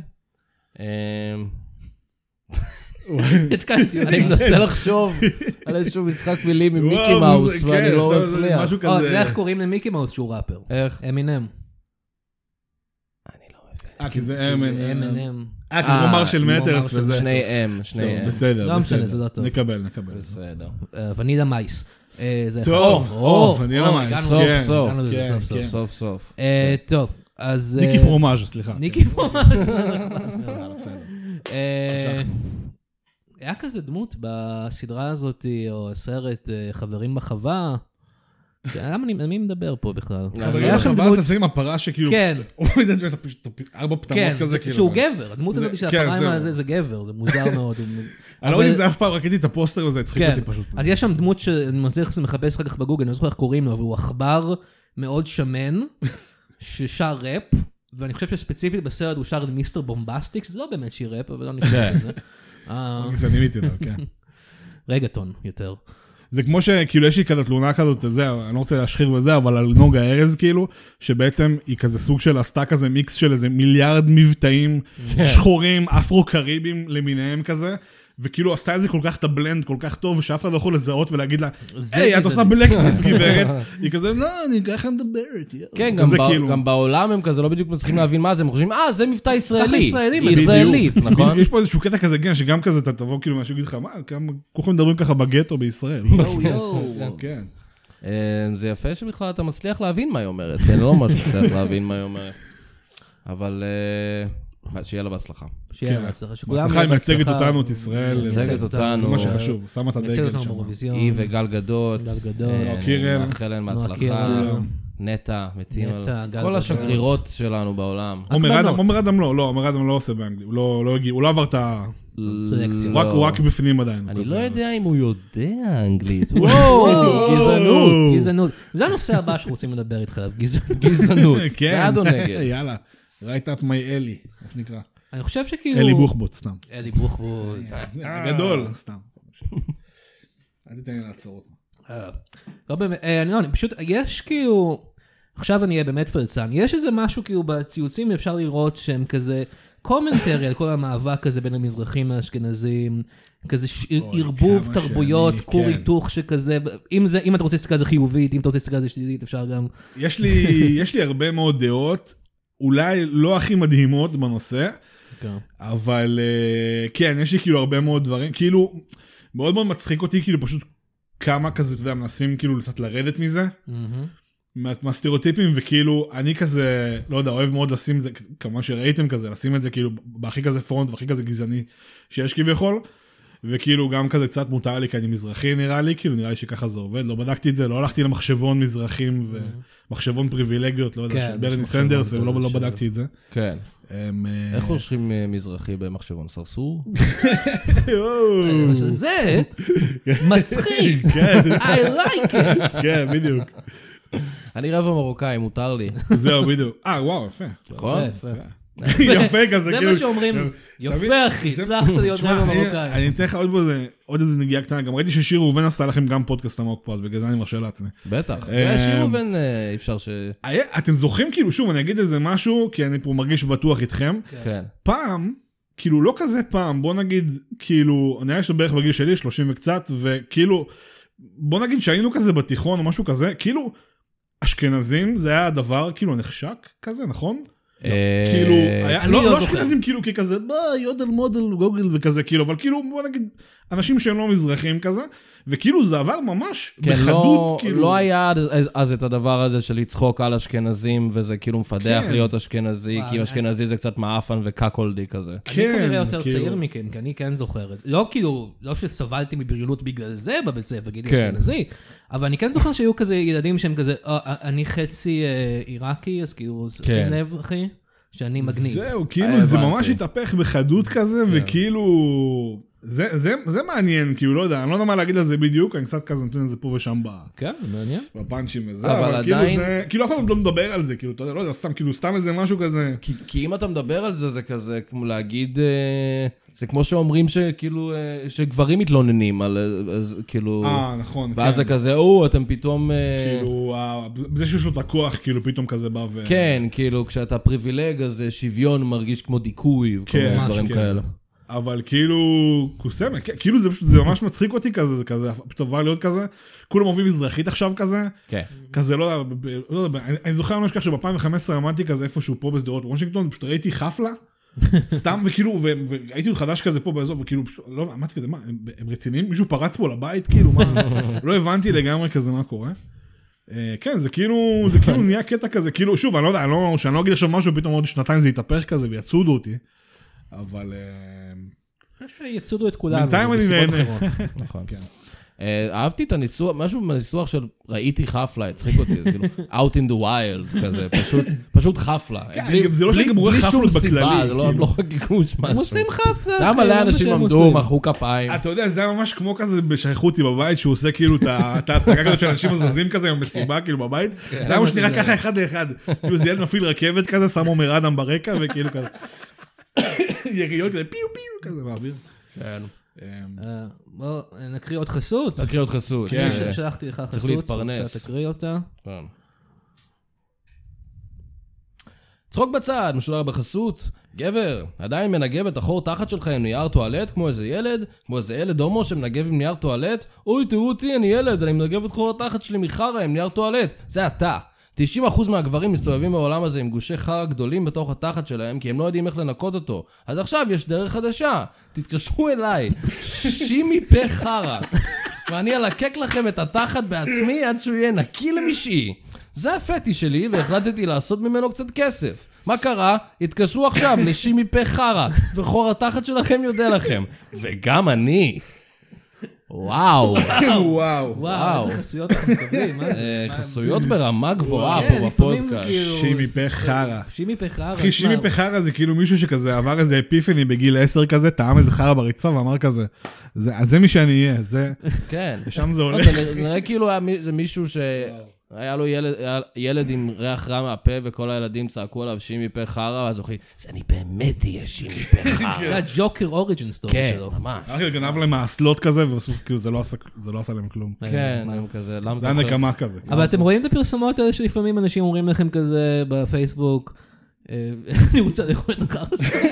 התקלתי. אני מנסה לחשוב על איזשהו משחק מילים עם מיקי מאוס, ואני לא מצליח. משהו כזה. איך קוראים למיקי מאוס שהוא ראפר? איך? אמינם. אני לא מבין. כי זה אמינם. כי הוא אמר של מטרס וזה. שני M. בסדר, לא משנה, זה לא טוב. נקבל. בסדר. ונילה מייס. טוב, ונילה מייס. סוף. טוב, אז... ניקי פרומאז', סליחה. ניקי פרומאז'. בסדר. היה כזה דמות בסדרה הזאת, או הסרט חברים בחווה. מי מדבר פה בכלל? חברים בחווה זה עם הפרה שכאילו... כן. הוא יודע שיש ארבע פתמות כזה. שהוא גבר. הדמות הזאת של הפרה זה גבר. זה מוזר מאוד. אני לא ראיתי זה אף פעם, ראיתי את הפוסטר הזה, הצחיק אותי פשוט. אז יש שם דמות שאני מצליח לחפש אחר כך בגוגל, אני לא זוכר איך קוראים לו, אבל הוא עכבר מאוד שמן, ששר ראפ, ואני חושב שספציפית בסרט הוא שר מיסטר בומבסטיק, שזה לא באמת שיר ראפ, אבל לא נשמע את זה. גזענים איתי, כן. רגטון יותר. זה כמו שכאילו יש לי כזה תלונה כזאת, אני לא רוצה להשחיר וזה, אבל על נוגה ארז כאילו, שבעצם היא כזה סוג של עשתה כזה מיקס של איזה מיליארד מבטאים שחורים, אפרו-קריבים למיניהם כזה, וכאילו עשתה את זה כל כך את הבלנד, כל כך טוב, שאף אחד לא יכול לזהות ולהגיד לה, היי, את עושה בלקפיס גברת. היא כזה, לא, אני ככה מדברת. כן, גם בעולם הם כזה לא בדיוק מצליחים להבין מה זה, הם חושבים, זה מבטא ישראלי. ישראלית, נכון? יש פה איזשהו קטע כזה, שגם כזה, אתה תבוא כאילו משהו, יגיד לך, מה, כולכם מדברים ככה בגטו בישראל. כן. זה יפה שבכלל אתה מצליח להבין מה היא אומרת, כן, לא ממש מצליח להבין מה היא אומרת. אבל... שיהיה לה בהצלחה. שיהיה לה בהצלחה. בהצלחה היא מייצגת אותנו, את ישראל. מייצגת אותנו. זה מה שחשוב, שמה את הדגל שם. היא וגל גדות. קירל. מאחל להם בהצלחה. נטע, מתימל. כל השגרירות שלנו בעולם. עומר אדם לא, עומר אדם לא עושה באנגלית. הוא לא עבר את ה... סלקציה. הוא רק בפנים עדיין. אני לא יודע אם הוא יודע אנגלית. וואו, גזענות. זה הנושא הבא שאנחנו רוצים לדבר איתך עליו, גזענות. בעד או נגד? יאללה. right up my אלי, איך נקרא? אני חושב שכאילו... אלי בוחבוט, סתם. אלי בוחבוט. גדול, סתם. אל תיתן לי לעצור אותה. לא באמת, פשוט, יש כאילו... עכשיו אני אהיה באמת פרצן. יש איזה משהו כאילו בציוצים אפשר לראות שהם כזה קומנטרי על כל המאבק הזה בין המזרחים לאשכנזים, כזה ערבוב תרבויות, כור היתוך שכזה, אם אתה רוצה להסתכל על זה חיובית, אם אתה רוצה להסתכל על זה שלילית, אפשר גם... יש לי הרבה מאוד דעות, אולי לא הכי מדהימות בנושא, אבל כן, יש לי כאילו הרבה מאוד דברים, כאילו, מאוד מאוד מצחיק אותי, כאילו פשוט כמה כזה, אתה יודע, מנסים כאילו קצת לרדת מזה, מהסטריאוטיפים, וכאילו, אני כזה, לא יודע, אוהב מאוד לשים את זה, כמובן שראיתם כזה, לשים את זה כאילו, בהכי כזה פרונט, והכי כזה גזעני, שיש כביכול, וכאילו גם כזה קצת מותר לי, כי אני מזרחי נראה לי, כאילו נראה לי שככה זה עובד, לא בדקתי את זה, לא הלכתי למחשבון מזרחים, ומחשבון פריבילגיות, לא יודע, של ברני סנדרס, ולא בדקתי את זה. כן. איך חושבים מזרחי במחשבון? סרסור? זה מצחיק. I like it. כן, בדיוק. אני רבע מרוקאי, מותר לי. זהו, בדיוק. וואו, יפה. נכון? יפה כזה, זה מה שאומרים, יפה אחי, הצלחת להיות רבע מרוקאי. אני אתן לך עוד איזה נגיעה קטנה, גם ראיתי ששיר ראובן עשה לכם גם פודקאסט עמוק פה, אז בגלל זה אני מרשה לעצמי. בטח, שיר ראובן אפשר ש... אתם זוכרים כאילו, שוב, אני אגיד איזה משהו, כי אני פה מרגיש בטוח איתכם. כן. פעם, כאילו לא כזה פעם, בוא נגיד, כאילו, נראה שיש בערך בגיל שלי, 30 וקצת, וכאילו, בוא נגיד שהיינו כזה בתיכון או משהו כזה, כאילו, אשכנזים זה היה הדבר, כאילו, נחשק כזה, נכון? כאילו, לא אשכנזים כאילו ככזה, יודל מודל גוגל וכזה, כאילו, אבל כאילו, בוא נגיד, אנשים שהם לא מזרחים כזה, וכאילו זה עבר ממש בחדות, כאילו. לא היה אז את הדבר הזה של לצחוק על אשכנזים, וזה כאילו מפדח להיות אשכנזי, כי אשכנזי זה קצת מאפן וקקולדי כזה. אני כנראה יותר צעיר מכן, כי אני כן זוכר את זה. לא כאילו, לא שסבלתי מבריונות בגלל זה בבית ספר, גידי אשכנזי, אבל אני כן זוכר שהיו כזה ילדים שהם כזה, אני חצי עיראקי, אז כאילו, שים לב, אחי, שאני מגניב. זהו, כאילו, זה ממש התהפך בחדות כזה, וכאילו... זה מעניין, כאילו, לא יודע, אני לא יודע מה להגיד על זה בדיוק, אני קצת כזה נותן את זה פה ושם כן, מעניין. בפאנצ'ים וזה, אבל כאילו זה, כאילו אף אחד לא מדבר על זה, כאילו, אתה יודע, לא יודע, סתם איזה משהו כזה. כי אם אתה מדבר על זה, זה כזה, כמו להגיד, זה כמו שאומרים שכאילו, שגברים מתלוננים על, כאילו... נכון, ואז זה כזה, אתם פתאום... כאילו, זה שיש לו את הכוח, כאילו, פתאום כזה בא ו... כן, כאילו, כשאתה פריבילג, אז שוויון מרגיש כמו דיכוי, וכל מיני דברים כאלה. אבל כאילו, קוסם, כאילו זה ממש מצחיק אותי כזה, זה כזה, פתאום עבר להיות כזה, כולם אוהבים מזרחית עכשיו כזה, כזה לא יודע, אני זוכר ממש כך שב-2015 עמדתי כזה איפשהו פה בסדרות וושינגטון, פשוט ראיתי חפלה, סתם וכאילו, והייתי חדש כזה פה באזור, וכאילו, לא, עמדתי כזה, מה, הם רציניים? מישהו פרץ פה לבית, כאילו, מה, לא הבנתי לגמרי כזה מה קורה. כן, זה כאילו נהיה קטע כזה, כאילו, שוב, אני לא יודע, שאני לא אגיד עכשיו משהו, פתאום עוד שנתיים זה יתהפך כזה ויצודו אותי. אבל... יצודו את כולנו. בינתיים אני נהנה. נכון. אהבתי את הניסוח, משהו מהניסוח של ראיתי חפלה, הצחיק אותי, זה כאילו, out in the wild, כזה, פשוט חפלה. זה לא שגמרו חפלות בכללי. זה לא חגיגוש משהו. הם עושים חפלה. למה לאנשים עמדו, מחאו כפיים. אתה יודע, זה היה ממש כמו כזה בשייכו אותי בבית, שהוא עושה כאילו את ההצגה כזאת של אנשים מזזים כזה, עם מסיבה כאילו בבית. זה היה ממש נראה ככה אחד לאחד. כאילו זה ילד מפעיל רכבת כזה, שם עומר אדם ברקע, וכאילו כזה. יריות כזה, פיו פיו, כזה באוויר. בוא, נקריא עוד חסות. נקריא עוד חסות. שלחתי לך חסות. צריך להתפרנס. שתקריא אותה. צחוק בצד, משודר בחסות. גבר, עדיין מנגב את החור תחת שלך עם נייר טואלט, כמו איזה ילד הומו שמנגב עם נייר טואלט. אוי, תראו אותי, אני ילד, אני מנגב את חור התחת שלי מחרה עם נייר טואלט. זה אתה. 90% מהגברים מסתובבים בעולם הזה עם גושי חרא גדולים בתוך התחת שלהם, כי הם לא יודעים איך לנקות אותו. אז עכשיו יש דרך חדשה. תתקשרו אליי. שימי פה חרא. ואני אלקק לכם את התחת בעצמי עד שהוא יהיה נקי למשעי. זה הפטי שלי, והחלטתי לעשות ממנו קצת כסף. מה קרה? התקשרו עכשיו לשימי פה חרא, וחור התחת שלכם יודע לכם. וגם אני. וואו. וואו, איזה חסויות אנחנו מקבלים, מה זה? חסויות ברמה גבוהה פה בפודקאסט. שימי פה חרא. שימי פה חרא. אחי, שימי פה חרא זה כאילו מישהו שכזה עבר איזה אפיפני בגיל 10 כזה, טעם איזה חרא ברצפה ואמר כזה, אז זה מי שאני אהיה, זה... כן. ושם זה הולך. זה נראה כאילו זה מישהו היה לו ילד עם ריח רע מהפה, וכל הילדים צעקו עליו שימי פה חרא, ואז אוכלי, זה אני באמת אהיה שימי פה חרא. זה הג'וקר אוריג'ן סטורי שלו. כן, ממש. אחי, גנב להם האסלות כזה, ובסוף כאילו זה לא עשה להם כלום. כן, הם כזה, למה זה היה נקמה כזה. אבל אתם רואים את הפרסומות האלה שלפעמים אנשים אומרים לכם כזה בפייסבוק, אני רוצה לאכול את החרא שלך.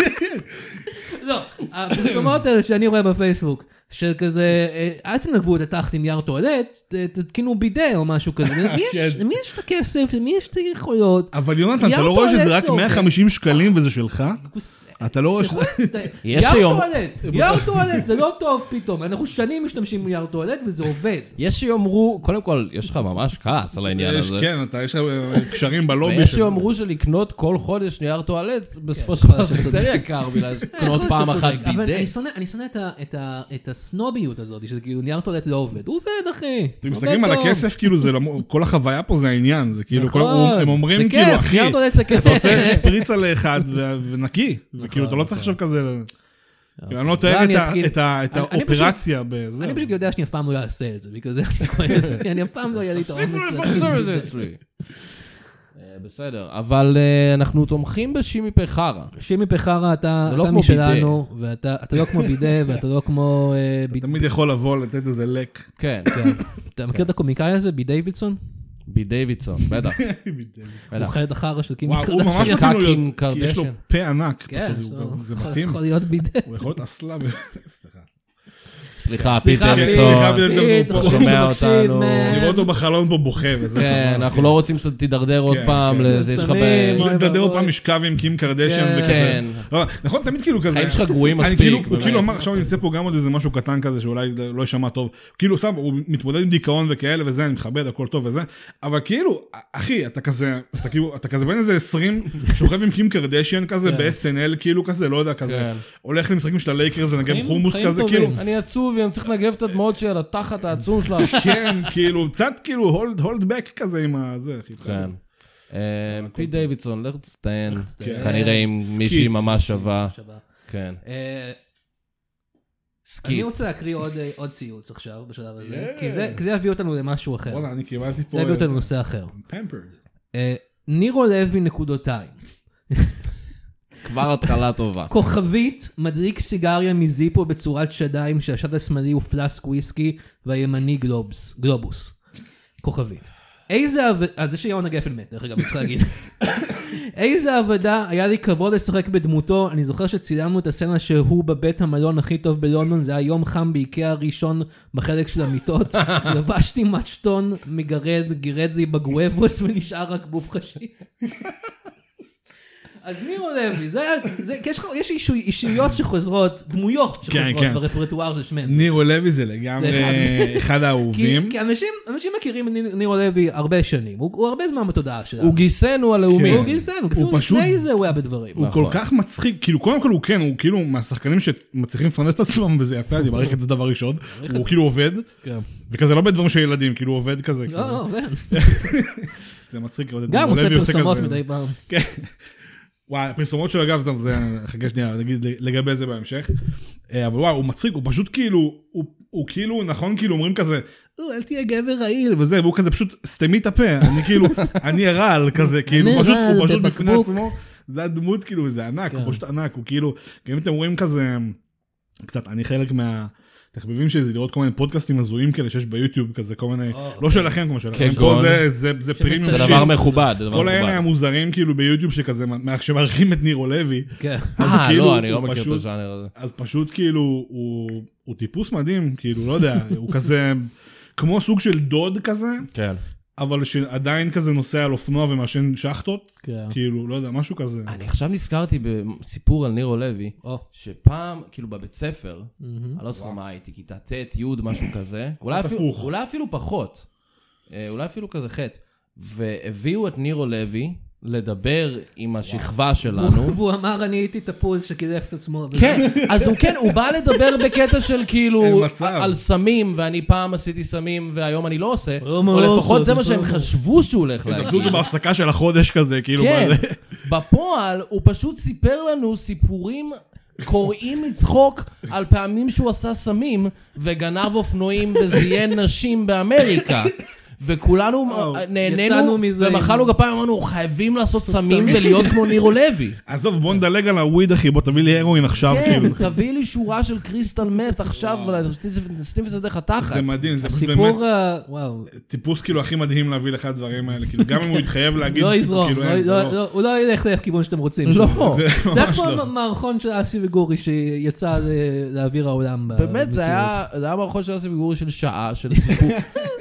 לא, הפרסומות האלה שאני רואה בפייסבוק, של כזה, אל תנגבו את התחת עם נייר טואלט, תתקינו בידה או משהו כזה. למי יש את הכסף, למי יש את היכולות? אבל יונתן, אתה לא רואה שזה רק 150 שקלים וזה שלך? אתה לא רואה שזה... נייר טואלט, זה לא טוב פתאום. אנחנו שנים משתמשים בנייר טואלט וזה עובד. יש שיאמרו, קודם כל, יש לך ממש כעס על העניין הזה. כן, יש לך קשרים בלובי. ויש שיאמרו שלקנות כל חודש נייר טואלט, בסופו של דבר זה יותר יקר, בגלל לקנות פעם אחת בידה. אבל אני שונא את הסנוביות הזאת, שזה כאילו נייר טואלט לא עובד. הוא עובד, אחי. אתם מסתכלים על הכסף, כאילו, כל החוויה פה זה העניין. זה כאילו, הם אומרים כאילו, אחי, אתה עושה שפריץ על אחד ונקי. וכאילו, אתה לא צריך עכשיו כזה... אני לא תאר את האופרציה בזה. אני פשוט יודע שאני אף פעם לא אעשה את זה, בגלל זה אני כועס. אני אף פעם לא היה לי את האומץ. תפסיקו לפרסם את זה אצלי. בסדר, אבל אנחנו תומכים בשימי פחרה. שימי פחרה, אתה משלנו, ואתה לא כמו בידה, ואתה לא כמו... אתה תמיד יכול לבוא לתת איזה לק. כן. אתה מכיר את הקומיקאי הזה, בי דיווידסון? בי דיווידסון, בטח. הוא אוכל את החרה של קים וואו, הוא ממש מתאים להיות, כי יש לו פה ענק. כן, זה מתאים. יכול להיות בידה. הוא יכול להיות אסלה. סליחה, פיט דיווידסון, הוא שומע אותנו. נראה אותו בחלון פה בוכה, וזה כן, חבל. אנחנו לא רוצים שתידרדר עוד פעם, יש לך לדרדר עוד פעם משכב עם קים קרדשן וכזה. נכון, תמיד כאילו כזה. חיים שלך גרועים מספיק. הוא כאילו אמר, עכשיו אני אצא פה גם עוד איזה משהו קטן כזה, שאולי לא ישמע טוב. כאילו, סתם, הוא מתמודד עם דיכאון וכאלה וזה, אני מכבד, הכל טוב וזה. אבל כאילו, אחי, אתה כזה בין איזה 20, שוכב עם קים קרדשן כזה, ב-SNL, כאילו כזה, לא יודע, כזה. הולך למשחקים של הלייקרס ונגב חומוס כזה, כאילו. אני עצוב, אני צריך לנגב את הדמעות של התחת העצום שלה. כן, כאילו, קצת כאילו, hold back כזה עם הזה, אחי. כן. פיט דיווידסון, לך תצטיין, כנראה עם מישהי ממש שווה. כן. אני רוצה להקריא עוד ציוץ עכשיו, בשלב הזה, כי זה יביא אותנו למשהו אחר. בוא'נה, אני קיבלתי פה... זה יביא אותנו לנושא אחר. פמפרד. נירו לוי נקודותיים. כבר התחלה טובה. כוכבית, מדליק סיגריה מזיפו בצורת שדיים, שהשד השמאלי הוא פלסק וויסקי, והימני גלובוס. כוכבית. אז זה שיונה גפן מת, דרך אגב, אני צריך להגיד. איזה עבודה, היה לי כבוד לשחק בדמותו, אני זוכר שצילמנו את הסצנה שהוא בבית המלון הכי טוב בלונדון, זה היה יום חם באיקאה הראשון בחלק של המיטות, לבשתי מצ'טון, גירד לי בגואבוס ונשאר רק בוף חשי. אז נירו לוי, יש אישיות שחוזרות, דמויות שחוזרות ברפרטואר של שמנו. נירו לוי זה לגמרי אחד האהובים. כי אנשים מכירים את נירו לוי הרבה שנים, הוא הרבה זמן בתודעה שלנו. הוא גיסנו הלאומי. הוא גיסנו, לפני זה הוא היה בדברים. הוא כל כך מצחיק, כאילו קודם כל הוא כן, הוא כאילו מהשחקנים שמצליחים לפרנס את עצמם, וזה יפה, אני מעריך את זה דבר ראשון. הוא כאילו עובד, וכזה לא בדברים של ילדים, כאילו הוא עובד כזה. לא, עובד. זה מצחיק. גם עושה פרסומות מדי פעם. כן. וואי, הפרסומות שלו אגב, זה חכה שנייה, נגיד לגבי זה בהמשך, אבל וואי, הוא מצחיק, הוא פשוט כאילו, הוא כאילו, נכון, כאילו אומרים כזה, אל תהיה גבר רעיל וזה, והוא כזה פשוט סתמי את הפה, אני כאילו, אני רעל כזה, כאילו, הוא פשוט בפני עצמו, זה הדמות כאילו, וזה ענק, הוא פשוט ענק, הוא כאילו, גם אם אתם רואים כזה, קצת, אני חלק תחביבים שלי זה לראות כל מיני פודקאסטים הזויים כאלה שיש ביוטיוב כזה, כל מיני, לא שלכם כמו שלכם, פה זה פרימיום שיט. זה דבר מכובד. כל האלה המוזרים כאילו ביוטיוב שכזה, שמערכים את נירו לוי. לא, אני לא מכיר את הז'אנר הזה. אז פשוט כאילו, הוא טיפוס מדהים, כאילו, לא יודע, הוא כזה, כמו סוג של דוד כזה. כן. אבל שעדיין כזה נוסע על אופנוע ומעשן שחטות, כאילו, לא יודע, משהו כזה. אני עכשיו נזכרתי בסיפור על נירו לוי, שפעם, כאילו בבית ספר, אני לא זוכר מה הייתי, כיתה ט', י', משהו כזה, אולי אפילו פחות, אולי אפילו כזה חטא, והביאו את נירו לוי לדבר עם השכבה שלנו. והוא אמר, אני הייתי תפוז שקידף את עצמו. כן, אז הוא בא לדבר בקטע של כאילו, על סמים, ואני פעם עשיתי סמים, והיום אני לא עושה, או לפחות זה מה שהם חשבו שהוא הולך להגיד. תפסו אותו בהפסקה של החודש כזה, כאילו. כן, בפועל הוא פשוט סיפר לנו סיפורים קוראים מצחוק על פעמים שהוא עשה סמים, וגנב אופנועים וזיין נשים באמריקה. וכולנו נהנינו, ומחלנו גפיים, אמרנו, חייבים לעשות סמים ולהיות כמו נירו לוי. עזוב, בוא נדלג על הוויד, אחי, בוא תביא לי הרואין עכשיו. כן, תביא לי שורה של קריסטל מת עכשיו, נסתים את זה דרך התחת. זה מדהים, זה פשוט באמת, טיפוס כאילו הכי מדהים להביא לך הדברים האלה, כאילו גם אם הוא יתחייב להגיד, לא יזרום, הוא לא ילך לכיוון שאתם רוצים. לא. זה כמו מערכון של אסי וגורי שיצא לאוויר העולם. באמת, זה היה מערכון של אסי וגורי של שעה, של סיפור,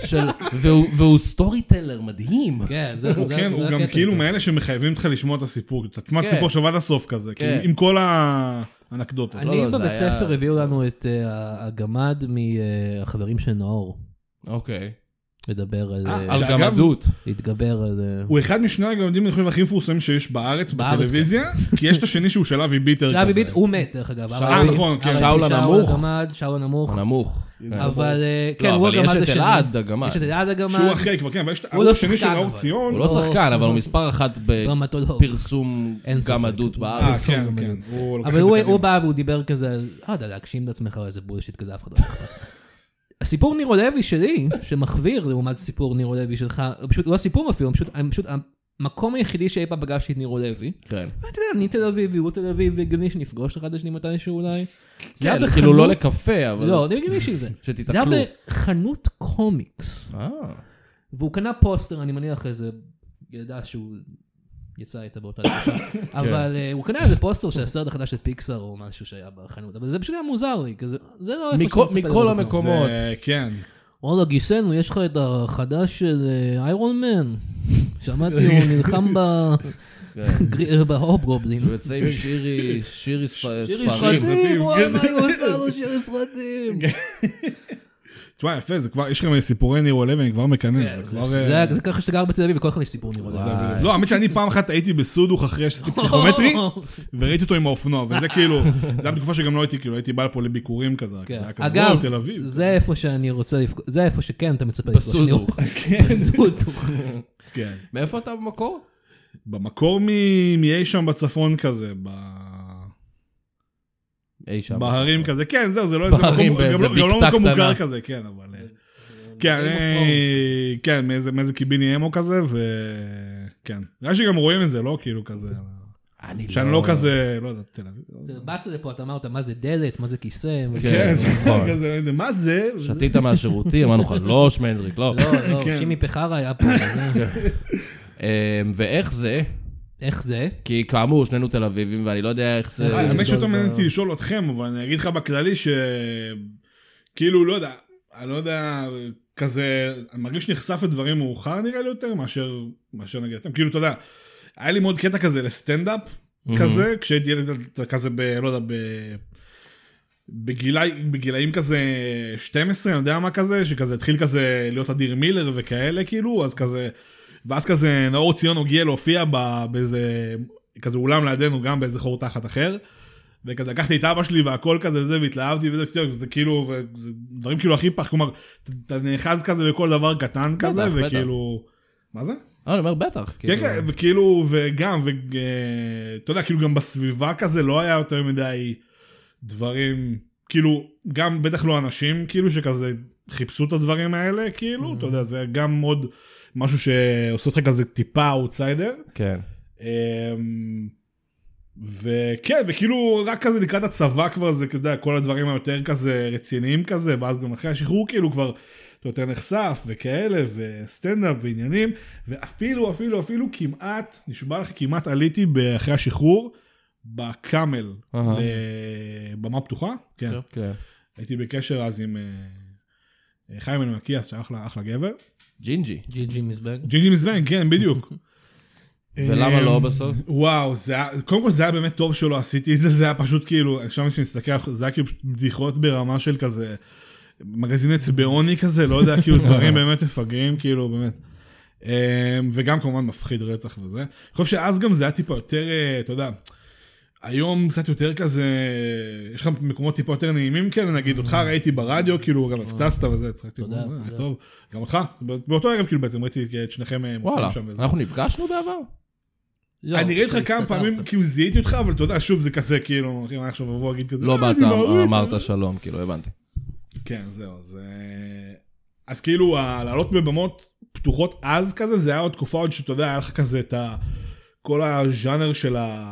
והוא סטורי טלר מדהים. כן, הוא גם כאילו מאלה שמחייבים אותך לשמוע את הסיפור. אתה תשמע את הסיפור שווה עד הסוף כזה, עם כל האנקדוטות. אני בבית ספר הביאו לנו את הגמד מהחברים של נאור. אוקיי. לדבר על גמדות. להתגבר על... הוא אחד משני הגמדים, אני חושב, הכי מפורסמים שיש בארץ, בטלוויזיה, כי יש את השני שהוא של אבי ביטר כזה. אבי ביטר, הוא מת, דרך אגב. נכון, כן. שאול הנמוך. שאול הנמוך. הנמוך. אבל כן, הוא הגמד השני. יש את אלעד הגמד. יש את אלעד הגמד. שהוא אחרי כבר, כן, ויש את השני של נאור ציון. הוא לא שחקן, אבל הוא מספר אחת בפרסום גמדות בארץ. כן, כן. אבל הוא בא והוא דיבר כזה, להגשים את עצמך איזה בולשיט כזה, אף אחד לא אכפת. הסיפור נירו לוי שלי, שמחביר לעומת סיפור נירו לוי שלך, פשוט לא הסיפור אפילו, פשוט המקום היחידי שאי פעם פגשתי את נירו לוי. כן. אתה יודע, אני תל אביבי, הוא תל אביבי, הגיוני שנפגוש אחד לשני מתישהו אולי. כן, כאילו לא לקפה, אבל... לא, אני הגיוני שזה. שתתקלו. זה היה בחנות קומיקס. והוא קנה פוסטר, אני מניח איזה ילדה שהוא יצא איתה באותה תקופה. אבל הוא קנה איזה פוסטר של הסרט החדש של פיקסאר או משהו שהיה בחנות. אבל זה פשוט היה מוזר לי, כזה, זה לא איפה שאני מצפה. מכל המקומות. כן. וואלה, גיסנו, יש לך את החדש של איירון מן. שמעתי, הוא נלחם בהובגובלין. הוא יוצא עם שירי ספרים. וואי, מה הוא עושה לו שירי ספרים? תשמע, יפה, זה כבר, יש לכם סיפורי נירו לוי, אני כבר מקנא. זה ככה שאתה גר בתל אביב וכל אחד יש סיפור נירו לוי. לא, האמת שאני פעם אחת הייתי בסודוך אחרי שעשיתי פסיכומטרי, וראיתי אותו עם האופנוע, וזה כאילו, זה היה בתקופה שגם לא הייתי, כאילו, הייתי בא לפה לביקורים כזה, אגב, זה איפה שאני רוצה לפגוש, זה איפה שכן אתה מצפה לפגוש. בסודוך. בסודוך. כן. מאיפה אתה במקור? במקור מאי שם בצפון כזה, בהרים כזה, כן, זהו, זה לא איזה מקום, גם לא מקום מוכר כזה, כן, אבל... כן, מאיזה קיביני אמו כזה, וכן. נראה שגם רואים את זה, לא כאילו כזה... שאני לא כזה, לא יודע, תל אביב. באת לפה, אתה אמרת, מה זה דלת, מה זה כיסא? כן, כזה, מה זה? שתית מהשירותים, אמרנו לך, לא שמנדריק, לא. לא, שימי פחרה היה פה. ואיך זה? איך זה? כי כאמור, שנינו תל אביבים, ואני לא יודע איך זה... האמת שאתה מעניינתי לשאול אתכם, אבל אני אגיד לך בכללי שכאילו, לא יודע, אני לא יודע, כזה, אני מרגיש נחשף לדברים מאוחר נראה לי יותר, מאשר נגיד אתם. כאילו, אתה יודע, היה לי מאוד קטע כזה לסטנדאפ, כזה, כשהייתי ילד כזה לא יודע, בגילאים כזה 12, אני יודע מה כזה, שכזה התחיל כזה להיות אדיר מילר וכאלה, כאילו, אז כזה... ואז כזה נאור ציון הגיע להופיע באיזה, כזה אולם לידינו גם באיזה חור תחת אחר, וכזה לקחתי את אבא שלי והכל כזה וזה, והתלהבתי וזה כאילו, וזה דברים כאילו הכי פח, כלומר, אתה נאחז כזה בכל דבר קטן כזה, וכאילו, מה זה? אני אומר בטח. כן, כן, וכאילו, וגם, אתה יודע, כאילו גם בסביבה כזה לא היה יותר מדי דברים, כאילו, גם בטח לא אנשים, כאילו שכזה חיפשו את הדברים האלה, כאילו, אתה יודע, זה גם מאוד... משהו שעושה אותך כזה טיפה אאוטסיידר. כן. וכן, וכאילו רק כזה לקראת הצבא כבר זה, אתה יודע, כל הדברים היותר כזה רציניים כזה, ואז גם אחרי השחרור כאילו כבר יותר נחשף וכאלה, וסטנדאפ ועניינים, ואפילו כמעט, נשבע לך, כמעט עליתי אחרי השחרור, בקאמל, לבמה פתוחה. כן. הייתי בקשר אז עם חיים מנמקיאס, שאחלה גבר. ג'ינג'י מזבנג, כן, בדיוק. ולמה לא בסוף? וואו, קודם כל זה היה באמת טוב שלא עשיתי את זה, זה היה פשוט כאילו, עכשיו כשנסתכל, זה היה כאילו בדיחות ברמה של כזה, מגזין אצבעוני כזה, לא יודע, כאילו דברים באמת מפגרים, כאילו באמת. וגם כמובן מפחיד רצח וזה. אני חושב שאז גם זה היה טיפה יותר, אתה יודע, היום קצת יותר כזה, יש לך מקומות טיפה יותר נעימים כאלה, נגיד, אותך ראיתי ברדיו, כאילו, גם הפצצת וזה, צחקתי, טוב, גם אותך, באותו ערב כאילו בעצם ראיתי את שניכם מופיעים שם וזה. אנחנו נפגשנו בעבר? אני ראיתי לך כמה פעמים, כאילו זיהיתי אותך, אבל אתה יודע, שוב, זה כזה, כאילו, אני עכשיו אבוא להגיד כזה, לא באת, אמרת שלום, כאילו, הבנתי. כן, זהו, אז כאילו, לעלות בבמות פתוחות אז כזה, זה היה עוד תקופה עוד שאתה יודע, היה לך כזה את כל הז'אנר של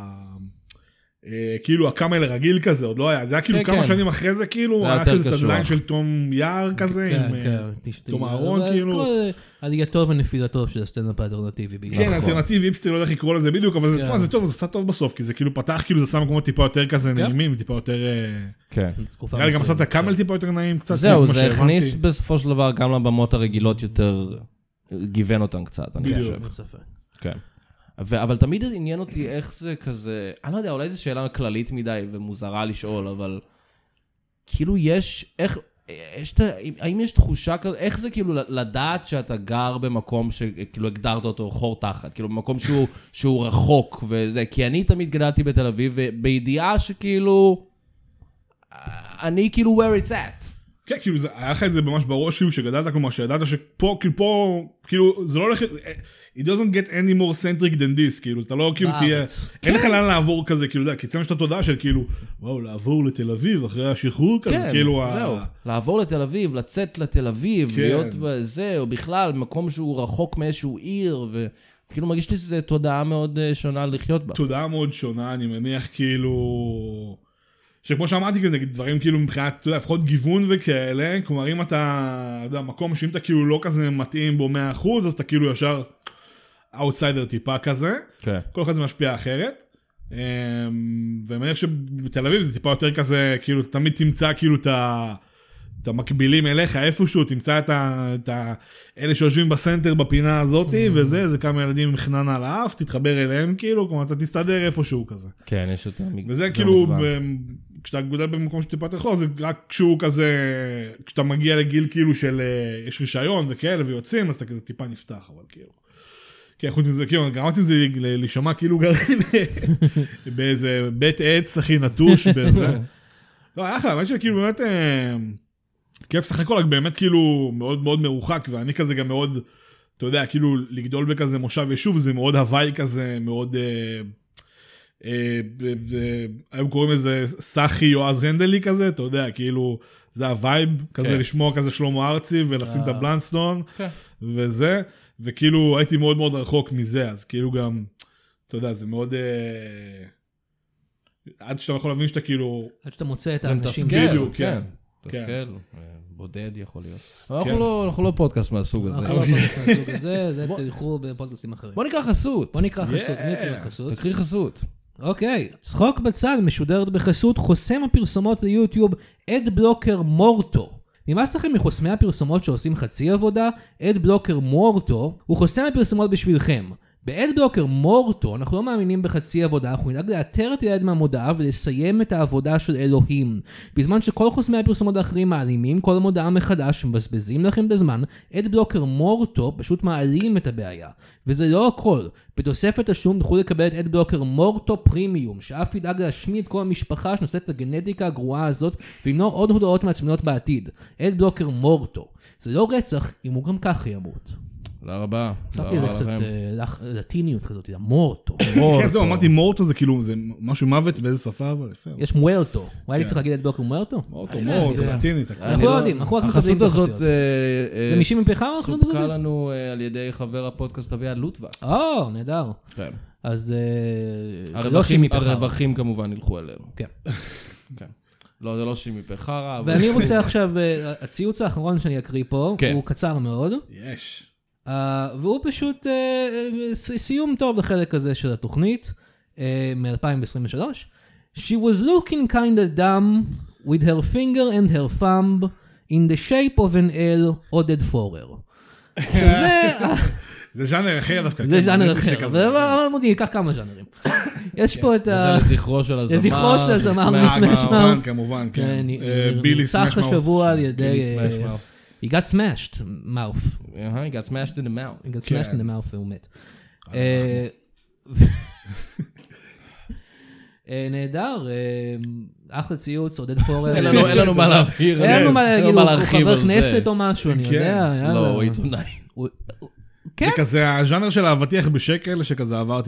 כאילו הקאמל רגיל כזה, עוד לא היה, זה היה כאילו כמה שנים אחרי זה, כאילו, היה כזה את הליין של תום יער כזה, עם תום אהרון, כאילו. עלייתו ונפילתו של הסטנדאפ האלטרנטיבי. כן, אלטרנטיבי, איפסטי, לא יודע איך לקרוא לזה בדיוק, אבל זה טוב, זה עשה טוב בסוף, כי זה כאילו פתח, כאילו זה שם מקומות טיפה יותר כזה נעימים, טיפה יותר... כן. נראה לי גם עשה את הקאמל טיפה יותר נעים, קצת. זהו, זה הכניס בסופו של דבר גם לבמות הרגילות יותר, גיוון אותן קצת, אני חושב. כן. אבל תמיד עניין אותי איך זה כזה, אני לא יודע, אולי זו שאלה כללית מדי ומוזרה לשאול, אבל כאילו האם יש תחושה כזאת, איך זה כאילו לדעת שאתה גר במקום שכאילו הגדרת אותו חור תחת, כאילו במקום שהוא רחוק וזה, כי אני תמיד גדלתי בתל אביב, ובידיעה שכאילו, אני כאילו where it's at. כן, כאילו, היה לך את זה ממש בראש, כאילו, שגדלת, כלומר, שידעת שפה, כאילו, זה לא הולך, it doesn't get any more centric than this, כאילו, אתה לא כאילו תהיה, אין לך לאן לעבור כזה, כאילו, כי אצלנו יש את התודעה של כאילו, וואו, לעבור לתל אביב אחרי השחרור כזה, כאילו, זהו, לעבור לתל אביב, לצאת לתל אביב, להיות בזה, או בכלל, במקום שהוא רחוק מאיזשהו עיר, וכאילו מרגיש לי שזו תודעה מאוד שונה לחיות בה. תודעה מאוד שונה, אני מניח, כאילו, שכמו שאמרתי, נגיד, דברים כאילו מבחינת, אתה יודע, לפחות גיוון וכאלה, כלומר, אם אתה, יודע, מקום שאם אתה כאילו לא כזה מתאים בו 100%, אז אתה כאילו ישר אאוטסיידר טיפה כזה, כל אחד זה משפיע אחרת, ואני מניח שבתל אביב זה טיפה יותר כזה, כאילו, תמיד תמצא כאילו את המקבילים אליך, איפשהו, תמצא את אלה שיושבים בסנטר בפינה הזאת, וזה, זה כמה ילדים עם חנן על האף, תתחבר אליהם כאילו, כלומר, אתה תסתדר איפשהו כזה. כן, יש יותר מגוון. וזה כאילו, כשאתה גודל במקום שטיפה תרחוב, זה רק כשהוא כזה, כשאתה מגיע לגיל כאילו של, יש רישיון וכאלה ויוצאים, אז אתה כזה טיפה נפתח, אבל כאילו. כי חוץ מזה, כאילו, גרמתי את זה לשמע כאילו גרעין באיזה בית עץ הכי נטוש, באיזה... לא, אחלה, אבל שכאילו באמת... כיף שחק הכל, רק באמת כאילו מאוד מאוד מרוחק, ואני כזה גם מאוד, אתה יודע, כאילו לגדול בכזה מושב יישוב, זה מאוד הוואי כזה, מאוד, היום קוראים איזה סחי יועז הנדלי כזה, אתה יודע, כאילו, זה הווייב, כזה לשמוע כזה שלמה ארצי, ולשים את הבלנסטון, וזה, וכאילו הייתי מאוד מאוד רחוק מזה, אז כאילו גם, אתה יודע, זה מאוד... עד שאתה יכול להבין שאתה כאילו... עד שאתה מוצא את האנשים. בדיוק, כן. תסכל, בודד יכול להיות. אבל אנחנו לא פודקאסט מהסוג הזה. אנחנו לא פודקאסט מהסוג הזה, זה תלכו בפודקאסטים אחרים. בוא נקרא חסות. מי יקרא חסות? תקריא חסות. אוקיי, צחוק בצד משודרת בחסות חוסם הפרסומות ליוטיוב, אדבלוקר מורטו. נמאס לכם מחוסמי הפרסומות שעושים חצי עבודה? אדבלוקר מורטו הוא חוסם הפרסומות בשבילכם. באדבלוקר מורטו אנחנו לא מאמינים בחצי עבודה, אנחנו נדאג לאתר את היד מהמודעה ולסיים את העבודה של אלוהים. בזמן שכל חוסמי הפרסומות האחרים מעלימים כל המודעה מחדש מבזבזים לכם בזמן, אדבלוקר מורטו פשוט מעלים את הבעיה. וזה לא הכל. בתוספת השום תוכלו לקבל את אדבלוקר מורטו פרימיום, שאף ידאג להשמיד את כל המשפחה שנושאת את הגנטיקה הגרועה הזאת ולמנוע עוד הודעות מעצמיות בעתיד. אדבלוקר מורטו. זה לא רצח אם הוא גם ככה ימות. תודה רבה. חשבתי לזה קצת לטיניות כזאת, מורטו. כן, זהו, אמרתי מורטו זה כאילו, זה משהו מוות באיזה שפה, אבל יפה. יש מוארטו. אולי צריך להגיד את בלוקר מוארטו? מורטו, זה לטינית. אנחנו לא יודעים, אנחנו רק החסות הזאת זה מישים מפחר? סופקה לנו על ידי חבר הפודקאסט אביעד לוטבק. נהדר. כן. אז זה לא שימי פחר. הרווחים כמובן ילכו אלינו. כן. כן. לא, זה לא שימי פחר. ואני רוצה עכשיו, הציוץ האחרון שאני אקריא פה, הוא קצר מאוד. יש. והוא פשוט סיום טוב לחלק הזה של התוכנית מ-2023. She was looking kinda dumb with her finger and her thumb in the shape of an L עודד פורר. זה ז'אנר אחר דווקא. זה ז'אנר אחר. זה אמרתי, ייקח כמה ז'אנרים. יש פה את ה... זה לזכרו של הזמר. לזכרו של הזמר מסמש מאוף. כמובן, כן. בילי סמש מאוף. השבוע על ידי... He got smashed, mouth. He got smashed in the mouth. He got smashed in the mouth, והוא מת. נהדר, אחלה ציוץ, עודד פורר. אין לנו מה להבהיר. אין לנו מה להגיד, הוא חבר כנסת או משהו, אני יודע. לא, הוא עיתונאי. זה כזה הז'אנר של האבטיח בשקל, שכזה עבר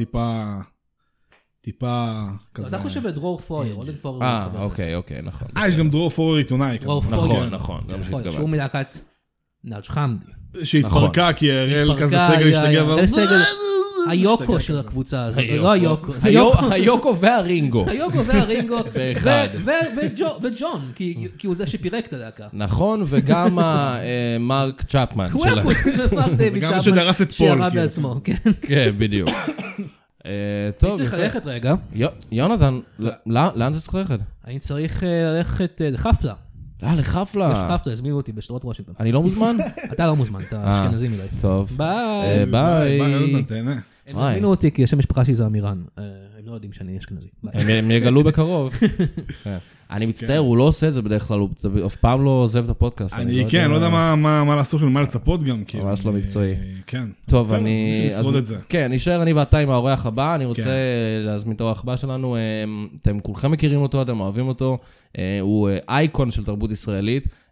טיפה כזה. אתה חושב את דרור פורר, עודד פורר הוא חבר כנסת. אוקיי, נכון. יש גם דרור פורר עיתונאי. נכון. שהוא מלהקת נאג' חמדי. שהתפרקה, כי הראל כזה סגל השתגע. היוקו של הקבוצה הזאת, לא היוקו. היוקו והרינגו. היוקו והרינגו. באחד. וג'ון, כי הוא זה שפירק את הלהקה. נכון, וגם מרק צ'פמן. וגם שדרס את פול. שירה בעצמו, כן. כן, בדיוק. טוב. אני צריך ללכת רגע. יונתן, לאן זה צריך ללכת? אני צריך ללכת לחפלה. לחפלה. יש חפלה, הזמינו אותי בשדרות וושינגטון. אני לא מוזמן? אתה לא מוזמן, אתה אשכנזי מדי. טוב. ביי. ביי, יונתן, תהנה. הם הזמינו אותי כי השם משפחה שלי זה אמירן. הם לא יודעים שאני אשכנזי. הם יגלו בקרוב. אני מצטער, הוא לא עושה את זה בדרך כלל, הוא אף פעם לא עוזב את הפודקאסט. אני כן, לא יודע מה לעשות ומה לצפות גם. ממש לא מקצועי. כן. טוב, אני... נשרוד את זה. כן, נשאר אני ואתה עם האורח הבא, אני רוצה להזמין את האורח הבא שלנו, אתם כולכם מכירים אותו, אתם אוהבים אותו, הוא אייקון של תרבות ישראלית,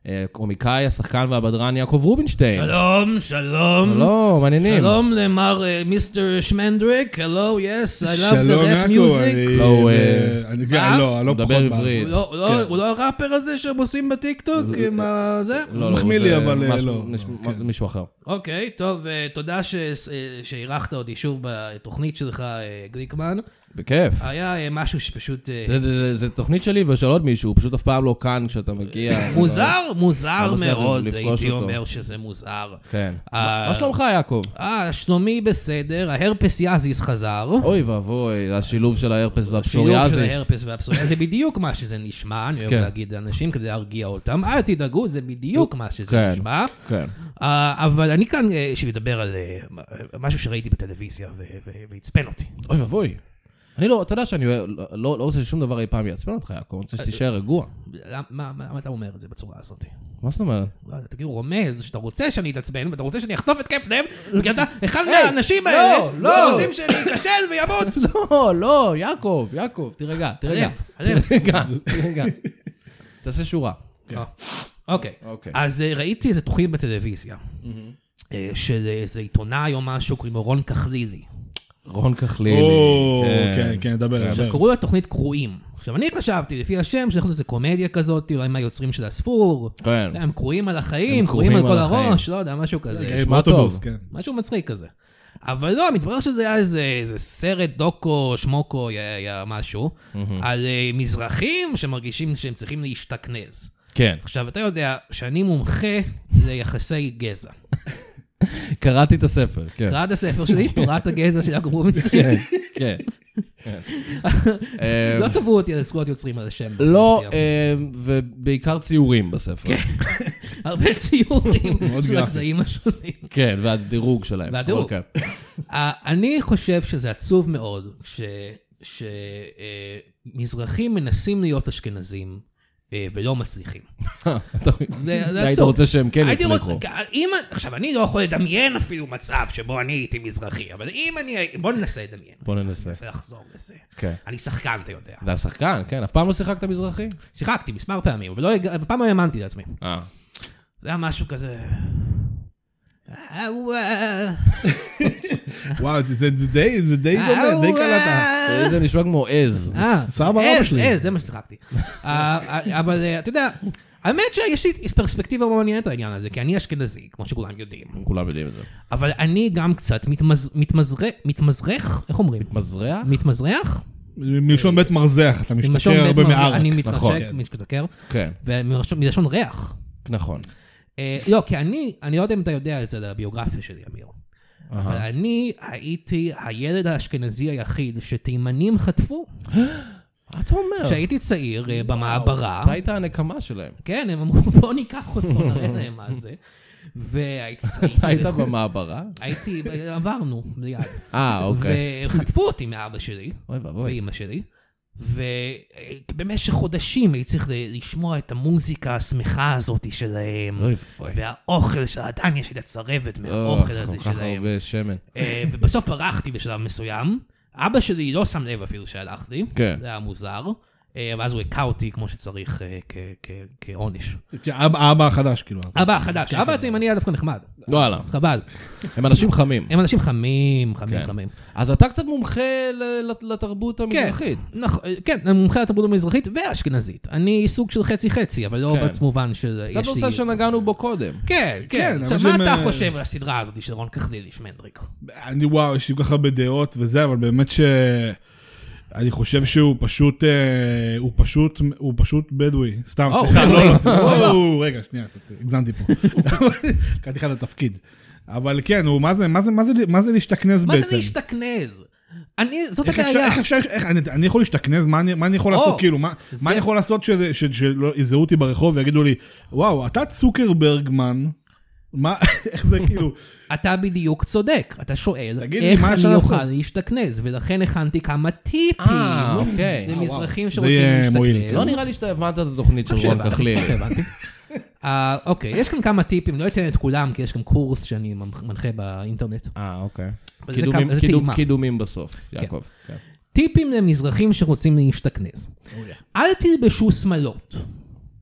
קומיקאי, השחקן והבדרן יעקב רובינשטיין. שלום, שלום. לא, מעניינים. שלום למר מיסטר שמנדריק, hello, yes, I love the rap music. לא, לא פחות עברית. הוא לא הראפר הזה שהם עושים בטיקטוק עם זה? מחמיא לי, אבל לא. מישהו אחר. אוקיי, טוב, תודה שהירחת אותי שוב בתוכנית שלך, גליקמן. בכיף. היה משהו שפשוט... זה תוכנית שלי ושל עוד מישהו, הוא פשוט אף פעם לא כאן כשאתה מגיע. מוזר מאוד, הייתי אומר שזה מוזר. כן. מה שלומך, יעקב? שלומי בסדר, ההרפסיאזיס חזר. אוי ואבוי, השילוב של ההרפס והפסוריאזיס. השילוב של ההרפס והפסוריאזיס, זה בדיוק מה שזה נשמע, אני אוהב להגיד לאנשים כדי להרגיע אותם. אל תדאגו, זה בדיוק מה שזה נשמע. כן. אבל אני כאן שמדבר על משהו שראיתי בטלוויזיה והצפן אותי. אוי ואבוי. אני לא, אתה יודע שאני לא רוצה ששום דבר אי פעם יעצבן אותך, יעקב, אני רוצה שתישאר רגוע. מה אתה אומר את זה בצורה הזאת? מה זאת אומרת? אתה כאילו רומז שאתה רוצה שאני אתעצבן, ואתה רוצה שאני אחטוף את כיף לב, וכי אתה אחד מהאנשים האלה, שרוצים שאני אכשל וימות. לא, יעקב, תירגע. תעשה שורה. אוקיי, אז ראיתי איזה תוכנית בטלוויזיה, של איזה עיתונאי או משהו, קוראים לו רון כחלילי. רון כחלילי. כן, דבר. קראו לתוכנית קרואים. עכשיו, אני חשבתי, לפי השם, שאנחנו איזה קומדיה כזאת, אולי מהיוצרים של הספור, הם קרואים על החיים, קרואים על כל הראש, לא יודע, משהו כזה. נשמע טוב. משהו מצחיק כזה. אבל לא, מתברר שזה היה איזה סרט דוקו, שמוקו, היה משהו, על מזרחים שמרגישים שהם צריכים להשתכנז. כן. עכשיו, אתה יודע שאני מומחה ליחסי גזע. קראתי את הספר, כן. קראת הספר שלי, תורת הגזע של יעקב רובינשטיין. כן. לא תבעו אותי על זכויות יוצרים על השם. לא, ובעיקר ציורים בספר. הרבה ציורים של הגזעים השונים. כן, והדירוג שלהם. והדירוג. אני חושב שזה עצוב מאוד שמזרחים מנסים להיות אשכנזים, ולא מצליחים. היית רוצה שהם כן יצליחו. עכשיו, אני לא יכול לדמיין אפילו מצב שבו אני הייתי מזרחי, אבל אם אני... בוא ננסה לדמיין. בוא ננסה. ננסה לחזור לזה. כן. אני שחקן, אתה יודע. אתה שחקן, כן. אף פעם לא שיחקת מזרחי? שיחקתי מספר פעמים, אבל פעם לא האמנתי לעצמי. זה היה משהו כזה... וואו, זה די דומה, די קלטה. זה נשמע כמו עז. סבא רבא שלי. עז, זה מה ששיחקתי. אבל אתה יודע, האמת שיש לי פרספקטיבה מעניינת העניין הזה, כי אני אשכנזי, כמו שכולם יודעים. כולם יודעים את זה. אבל אני גם קצת מתמזרח, איך אומרים? מתמזרח? מתמזרח? מלשון בית מרזח, אתה משתכר הרבה מערק. אני מתקשר, מלשון ריח. נכון. לא, כי אני לא יודע אם אתה יודע את זה לביוגרפיה שלי, אמיר. אבל אני הייתי הילד האשכנזי היחיד שתימנים חטפו. מה אתה אומר? כשהייתי צעיר במעברה. אתה היית הנקמה שלהם. כן, הם אמרו, בוא ניקח אותו, נראה להם מה זה. והייתי צעיר. אתה היית במעברה? עברנו ליד. אוקיי. וחטפו אותי מאבא שלי, ואמא שלי. ובמשך חודשים הייתי צריך לשמוע את המוזיקה השמחה הזאת שלהם, והאוכל של עדיין יש לי לצרבת מהאוכל הזה שלהם. כל כך הרבה שמן. ובסוף פרחתי בשלב מסוים. אבא שלי לא שם לב אפילו שהלכתי, זה היה מוזר. ואז הוא הקע אותי כמו שצריך כעונש. האבא החדש, כאילו. אבא החדש. אבא התימני היה דווקא נחמד. וואלה. חבל. הם אנשים חמים. הם אנשים חמים. אז אתה קצת מומחה לתרבות המזרחית. כן, אני מומחה לתרבות המזרחית והאשכנזית. אני סוג של חצי-חצי, אבל לא במובן של... קצת נושא שנגענו בו קודם. כן. עכשיו, מה אתה חושב על הסדרה הזאת של רון כחלילי, שמנדריק? וואו, יש לי כל כך הרבה דעות וזה, אבל באמת אני חושב שהוא פשוט בדואי. סתם, סליחה, לא. רגע, שנייה, הגזמתי פה. קראתי לך את התפקיד. אבל כן, מה זה להשתכנז בעצם? מה זה להשתכנז? זאת הבעיה. אני יכול להשתכנז? מה אני יכול לעשות? כאילו, מה אני יכול לעשות שלא יזהו אותי ברחוב ויגידו לי, וואו, אתה צוקרברגמן, איך זה כאילו... אתה בדיוק צודק, אתה שואל איך אני אוכל להשתכנז, ולכן הכנתי כמה טיפים למזרחים שרוצים להשתכנז. לא נראה לי שאתה הבנת את התוכנית של רון כחלילי. אוקיי, יש כאן כמה טיפים, לא אתן את כולם, כי יש כאן קורס שאני מנחה באינטרנט. אוקיי. קידומים בסוף, יעקב. טיפים למזרחים שרוצים להשתכנז. אל תלבשו שמלות.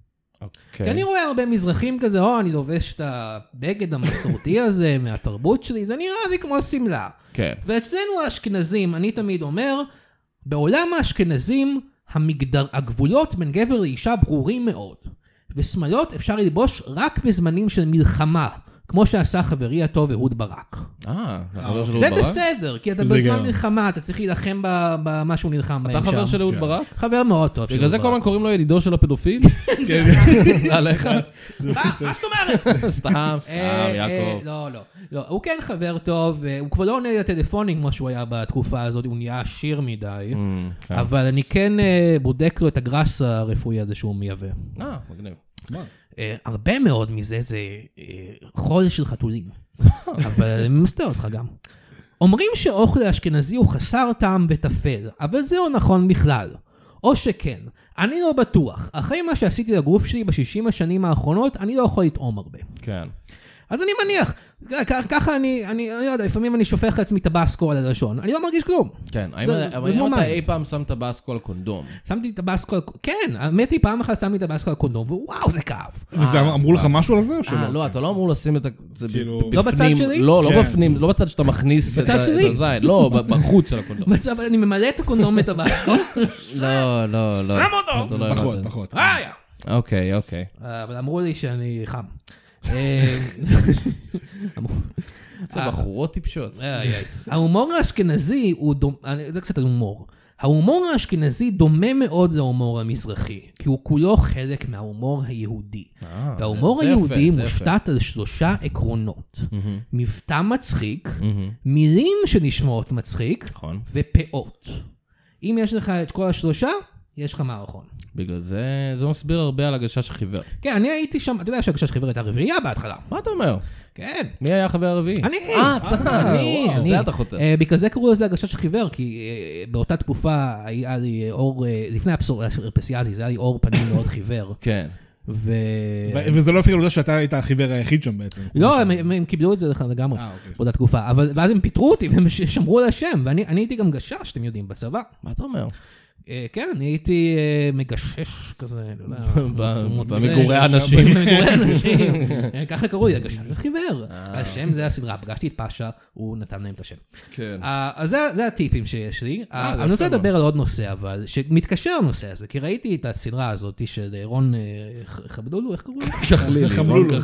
כי אני רואה הרבה מזרחים כזה, אני לובש את הבגד המסורתי הזה מהתרבות שלי, זה נראה לי כמו סמלה. כן. ואצלנו האשכנזים, אני תמיד אומר, בעולם האשכנזים, הגבולות בין גבר לאישה ברורים מאוד. ושמלות אפשר ללבוש רק בזמנים של מלחמה, כמו שעשה חברי הטוב אהוד ברק. חבר של אהוד זה ברק? בסדר, כי אתה בזמן מלחמה, אתה צריך להילחם במה שהוא נלחם. אתה חבר של אהוד ברק? חבר מאוד טוב. בגלל זה כל הזמן קוראים לו ידידו של הפדופיל? עליך? מה זאת אומרת? סתם, יעקב. לא, הוא כן חבר טוב, הוא כבר לא עונה לטלפונים כמו שהוא היה בתקופה הזאת, הוא נהיה עשיר מדי, אבל אני כן בודק לו את הגרס הרפואי הזה שהוא מייבא. מגניב. הרבה מאוד מזה זה חול של חתולים, אבל אני מסתר אותך גם. אומרים שאוכל האשכנזי הוא חסר טעם וטפל, אבל זה לא נכון בכלל. או שכן, אני לא בטוח. אחרי מה שעשיתי לגוף שלי ב60 השנים האחרונות, אני לא יכול לטעום הרבה. כן. אז אני מניח, ככה אני לא יודע, לפעמים אני שופך לעצמי טבסקו על הלשון, אני לא מרגיש כלום. כן, האם אתה אי פעם שם טבסקו על קונדום? שמתי טבסקו על קונדום, כן, האמת היא פעם אחת שמתי טבסקו על קונדום, ווואו, זה כאב. וזה אמרו לך משהו על זה או שלא? לא, אתה לא אמור לשים את זה בפנים. לא בצד שלי? לא בפנים, לא בצד שאתה מכניס את הזין, לא, בחוץ של הקונדום. אני ממלא את הקונדום בטבסקו. לא. שם אותו. פחות. אוקיי. אבל אמרו לי שאני חם. זה בחורות טיפשות. ההומור האשכנזי הוא דומה, זה קצת הומור. ההומור האשכנזי דומה מאוד להומור המזרחי, כי הוא כולו חלק מההומור היהודי. וההומור היהודי מושתת על 3 עקרונות. מבטא מצחיק, מילים שנשמעות מצחיק, ופאות. אם יש לך את כל ה3, יש לך מערכון. בגלל זה מסביר הרבה על הגשש חיוור. כן, אני הייתי שם, אתה יודע שהגשש חיוור הייתה רביעייה בהתחלה. מה אתה אומר? כן. מי היה החבר הרביעי? אני. זה אתה חותר. בגלל זה קראו לזה הגשש חיוור, כי באותה תקופה היה לי אור, לפני הפסיאזי, זה היה לי אור פנים מאוד חיוור. כן. וזה לא אפילו לזה שאתה היית החיוור היחיד שם בעצם. לא, הם קיבלו את זה לגמרי באותה תקופה, ואז הם פיטרו אותי והם שמרו על השם, ואני הייתי גם גשש, אתם יודעים, בצבא. מה אתה אומר? כן, אני הייתי מגשש כזה, במגורי האנשים. ככה קראו לי, הגשש וחיוור. השם זה הסדרה, פגשתי את פאשה, הוא נתן להם את השם. אז זה הטיפים שיש לי. אני רוצה לדבר על עוד נושא, אבל, שמתקשר לנושא הזה, כי ראיתי את הסדרה הזאת של רון חבדולו, איך קראו לו? חבלולו.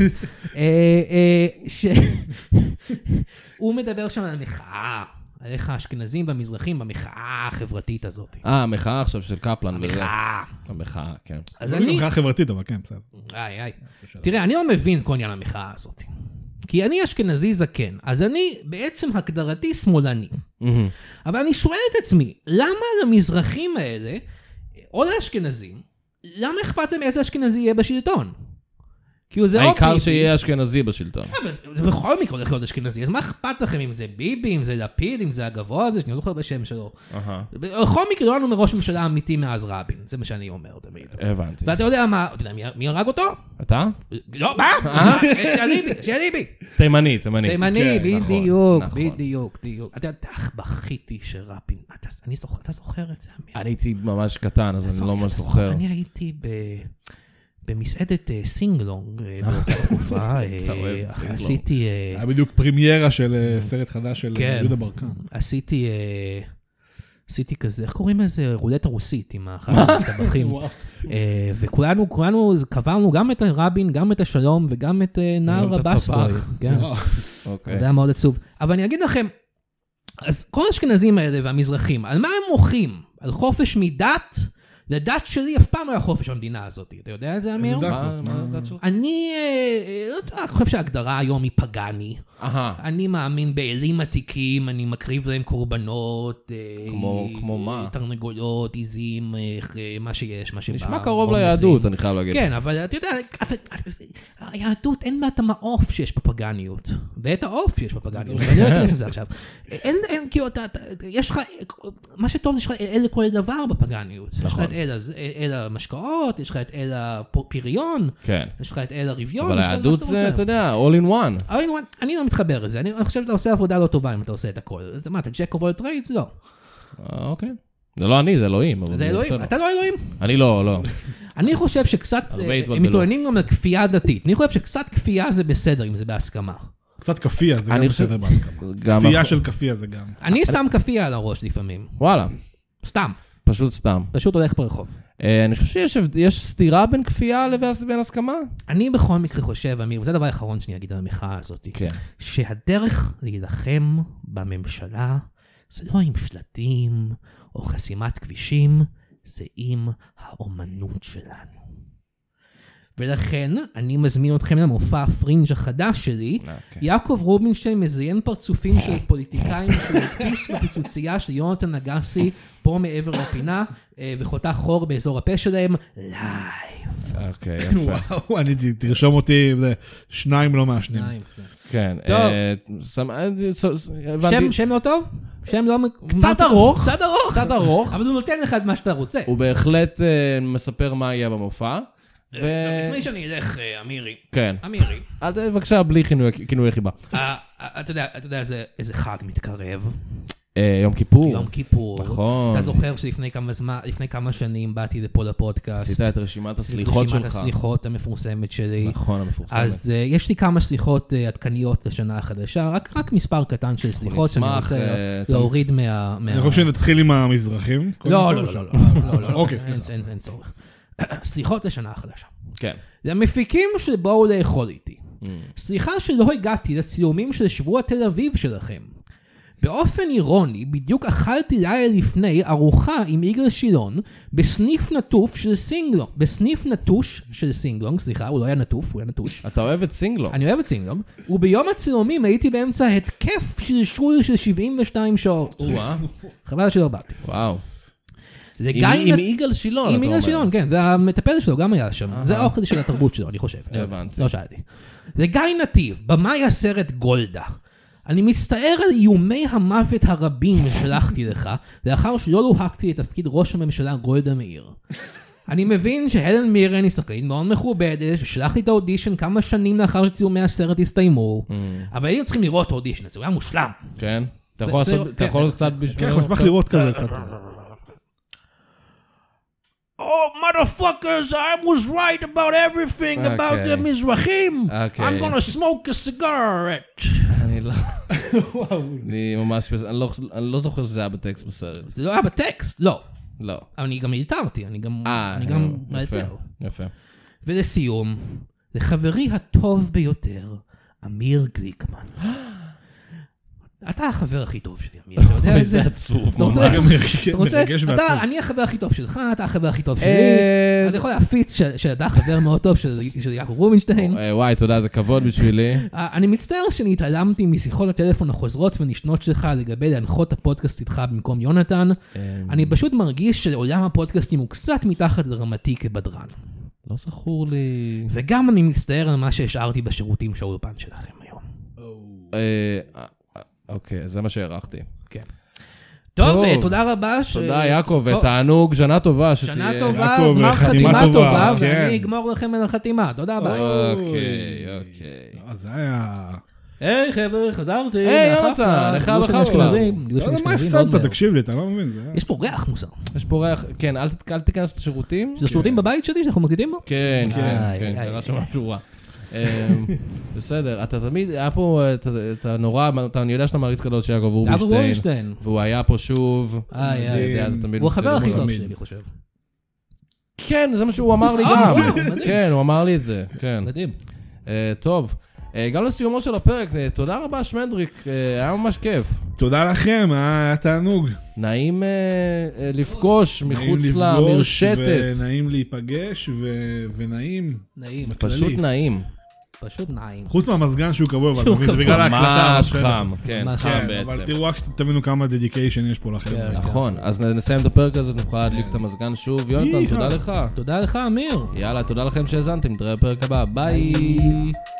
הוא מדבר שם על המחאה. על איך האשכנזים והמזרחים במחאה החברתית הזאת. המחאה עכשיו של קפלן. המחאה, כן. אז אני... מחאה חברתית, אבל כן, בסדר. תראה, אני לא מבין כל עניין המחאה הזאת. כי אני אשכנזי זקן, אז אני בעצם הגדרתי שמאלני. אבל אני שואל את עצמי, למה למזרחים האלה, או לאשכנזים, למה אכפת להם איזה אשכנזי יהיה בשלטון? העיקר שיהיה אשכנזי בשלטון. זה בכל מקרה הולך להיות אשכנזי, אז מה אכפת לכם אם זה ביבי, אם זה לפיד, אם זה הגבוה הזה, שאני לא זוכר את השם שלו. בכל מקרה לא לנו מראש ממשלה אמיתי מאז רבין, זה מה שאני אומר תמיד. הבנתי. ואתה יודע מה, אתה יודע מי הרג אותו? אתה? לא, מה? יש ליבי. תימני. תימני, בדיוק. אתה יודע, בכיתי שרבין, אתה זוכר את זה? אני הייתי ממש קטן, אז אני לא ממש זוכר. אני הייתי במסעדת סינגלונג באותה תקופה, עשיתי... היה בדיוק פרימיירה של סרט חדש של יהודה ברקן. עשיתי כזה, איך קוראים לזה? רולטה רוסית עם הטבחים. וכולנו קברנו גם את רבין, גם את השלום וגם את נער הבסבוי. זה היה מאוד עצוב. אבל אני אגיד לכם, אז כל האשכנזים האלה והמזרחים, על מה הם מוחים? על חופש מדת? לדת שלי אף פעם לא היה חופש במדינה הזאת. אתה יודע את זה, אמיר? מה הדת שלך? אני חושב שההגדרה היום היא פגני. אני מאמין באלים עתיקים, אני מקריב להם קורבנות. כמו מה? תרנגולות, עיזים, מה שיש, מה שבא. נשמע קרוב ליהדות, אני חייב להגיד. כן, אבל אתה יודע, היהדות אין בה את המעוף שיש בפגניות. ואת העוף שיש בפגניות. אני לא אכנס לזה עכשיו. אין, כאילו, יש לך, מה שטוב זה שיש לך אל לכל דבר בפגניות. יש לך את אל המשקאות, יש לך את אל הפריון, יש לך את אל הרביון. אבל היהדות זה, אתה יודע, all in one. אני לא מתחבר לזה, אני חושב שאתה עושה עבודה לא טובה אם אתה עושה את הכל. מה, אתה ג'ק אוף אול טריידס? לא. אוקיי. זה לא אני, זה אלוהים. זה אלוהים, אתה לא אלוהים? אני לא. אני חושב שקצת, הם מתלוננים גם על כפייה דתית. אני חושב שקצת כפייה זה בסדר, אם זה בהסכמה. קצת כפייה, זה גם בסדר בהסכמה. כפייה של כפייה זה גם. אני שם כפייה על הראש לפעמים. וואלה. סתם. פשוט סתם. פשוט הולך ברחוב. אני חושב שיש סתירה בין כפייה לבין הסכמה. אני בכל מקרה חושב, אמיר, וזה הדבר האחרון שאני אגיד על המחאה הזאת, שהדרך להילחם בממשלה זה לא עם שלטים או חסימת כבישים, זה עם האומנות שלנו. ולכן אני מזמין אתכם למופע הפרינג' החדש שלי. יעקב רובינשטיין מזיין פרצופים של פוליטיקאים שמדפיס בפיצוצייה של יונתן נגסי פה מעבר לפינה, וחותך חור באזור הפה שלהם, לייב. אוקיי, יפה. וואו, תרשום אותי, 2 לא מהשנים. כן. שם לא טוב? שם לא... קצת ארוך. קצת ארוך. אבל הוא נותן לך את מה שאתה רוצה. הוא בהחלט מספר מה יהיה במופע. לפני שאני אלך, אמירי. כן. אמירי. בבקשה, בלי כינוי חיבה. אתה יודע איזה חג מתקרב? יום כיפור. יום כיפור. נכון. אתה זוכר שלפני כמה שנים באתי לפה לפודקאסט. עשית את רשימת הסליחות שלך. רשימת הסליחות המפורסמת שלי. נכון, המפורסמת. אז יש לי כמה סליחות עדכניות לשנה החדשה, רק מספר קטן של סליחות שאני רוצה להוריד מה... אני חושב שנתחיל עם המזרחים. לא. אוקיי, סליחה. אין צורך. סליחות לשנה החדשה. כן. למפיקים שבאו לאכול איתי. סליחה שלא הגעתי לצילומים של שבוע תל אביב שלכם. באופן אירוני, בדיוק אכלתי לילה לפני ארוחה עם יגאל שילון בסניף נטוש של סינגלונג, סליחה, הוא לא היה נטוף, הוא היה נטוש. אתה אוהב את סינגלונג? אני אוהב את סינגלונג, וביום הצילומים הייתי באמצע התקף של שול של 72 שעות. חבל שלא באתי. וואו. עם יגאל שילון, עם יגאל שילון, כן, זה המטפל שלו, גם היה שם. זה האוכל של התרבות שלו, אני חושב. הבנתי. לא שאלתי. זה גיא נתיב, במאי הסרט גולדה. אני מצטער על איומי המוות הרבים ששלחתי לך, לאחר שלא לוהקתי לתפקיד ראש הממשלה גולדה מאיר. אני מבין שהלן מירן היא שחקנית מאוד מכובדת, ושלחתי את האודישן כמה שנים לאחר שצילומי הסרט הסתיימו, אבל היינו צריכים לראות את האודישן הזה, הוא היה מושלם. כן? אתה יכול לעשות קצת בשביל... כן, אנחנו נשמח לראות כזה קצת. Oh, motherfuckers, I was right about everything about the מזרחים. I'm gonna smoke a cigarette. אני ממש... אני לא זוכר שזה היה בטקסט בסרט. זה לא היה בטקסט, לא. לא. אבל אני גם אלתרתי, אני גם מאלתר. יפה. ולסיום, לחברי הטוב ביותר, אמיר גליקמן. אתה החבר הכי טוב שלי, אמיר, אתה יודע את זה? זה עצוב. אני החבר הכי טוב שלך, אתה החבר הכי טוב שלי. אני יכול להפיץ שאתה החבר מאוד טוב של יעקב רובינשטיין. וואי, תודה, זה כבוד בשבילי. אני מצטער שאני התעלמתי משיחות הטלפון החוזרות ונשנות שלך לגבי להנחות הפודקאסט איתך במקום יונתן. אני פשוט מרגיש שעולם הפודקאסטים הוא קצת מתחת לרמתי כבדרן. לא זכור לי... וגם אני מצטער על מה שהשארתי בשירותים של האולפן שלכם היום. אוקיי, זה מה שהערכתי. כן. טוב, תודה רבה. תודה, יעקב, ותענוג, שנה טובה. שנה טובה, גמר חתימה טובה, ואני אגמור לכם על החתימה. תודה, ביי. אוקיי. אז זה היה... היי, חבר'ה, חזרתי. היי, יונתן, לך בחברה. לא יודע מה הסדת, תקשיב לי, אתה לא מבין. יש פה ריח מוזר. יש פה ריח, כן, אל תיכנס לשירותים. זה שירותים בבית שלי שאנחנו מקליטים בו? כן, קרה שם משהו רע. בסדר, אתה תמיד, היה פה, אתה נורא, אני יודע שאתה מעריץ גדול של יעקב רובינשטיין, והוא היה פה שוב, הוא החבר הכי טוב שלי, אני חושב. כן, זה מה שהוא אמר לי גם, כן, הוא אמר לי את זה, כן. מדהים. טוב, גם לסיומו של הפרק, תודה רבה שמנדריק, היה ממש כיף. תודה לכם, היה תענוג. נעים לפגוש מחוץ למרשתת. ונעים להיפגש, ונעים. פשוט נעים. פשוט נעים. חוץ מהמזגן שהוא קבוע, אבל נבין, זה בגלל ההקלטה. ממש חם, כן, חם בעצם. אבל תראו רק שתבינו כמה דדיקיישן יש פה לכם. נכון, אז נסיים את הפרק הזה, נוכל להדליק את המזגן שוב. יונתן, תודה לך. תודה לך, אמיר. יאללה, תודה לכם שהאזנתם, נתראה בפרק הבא, ביי.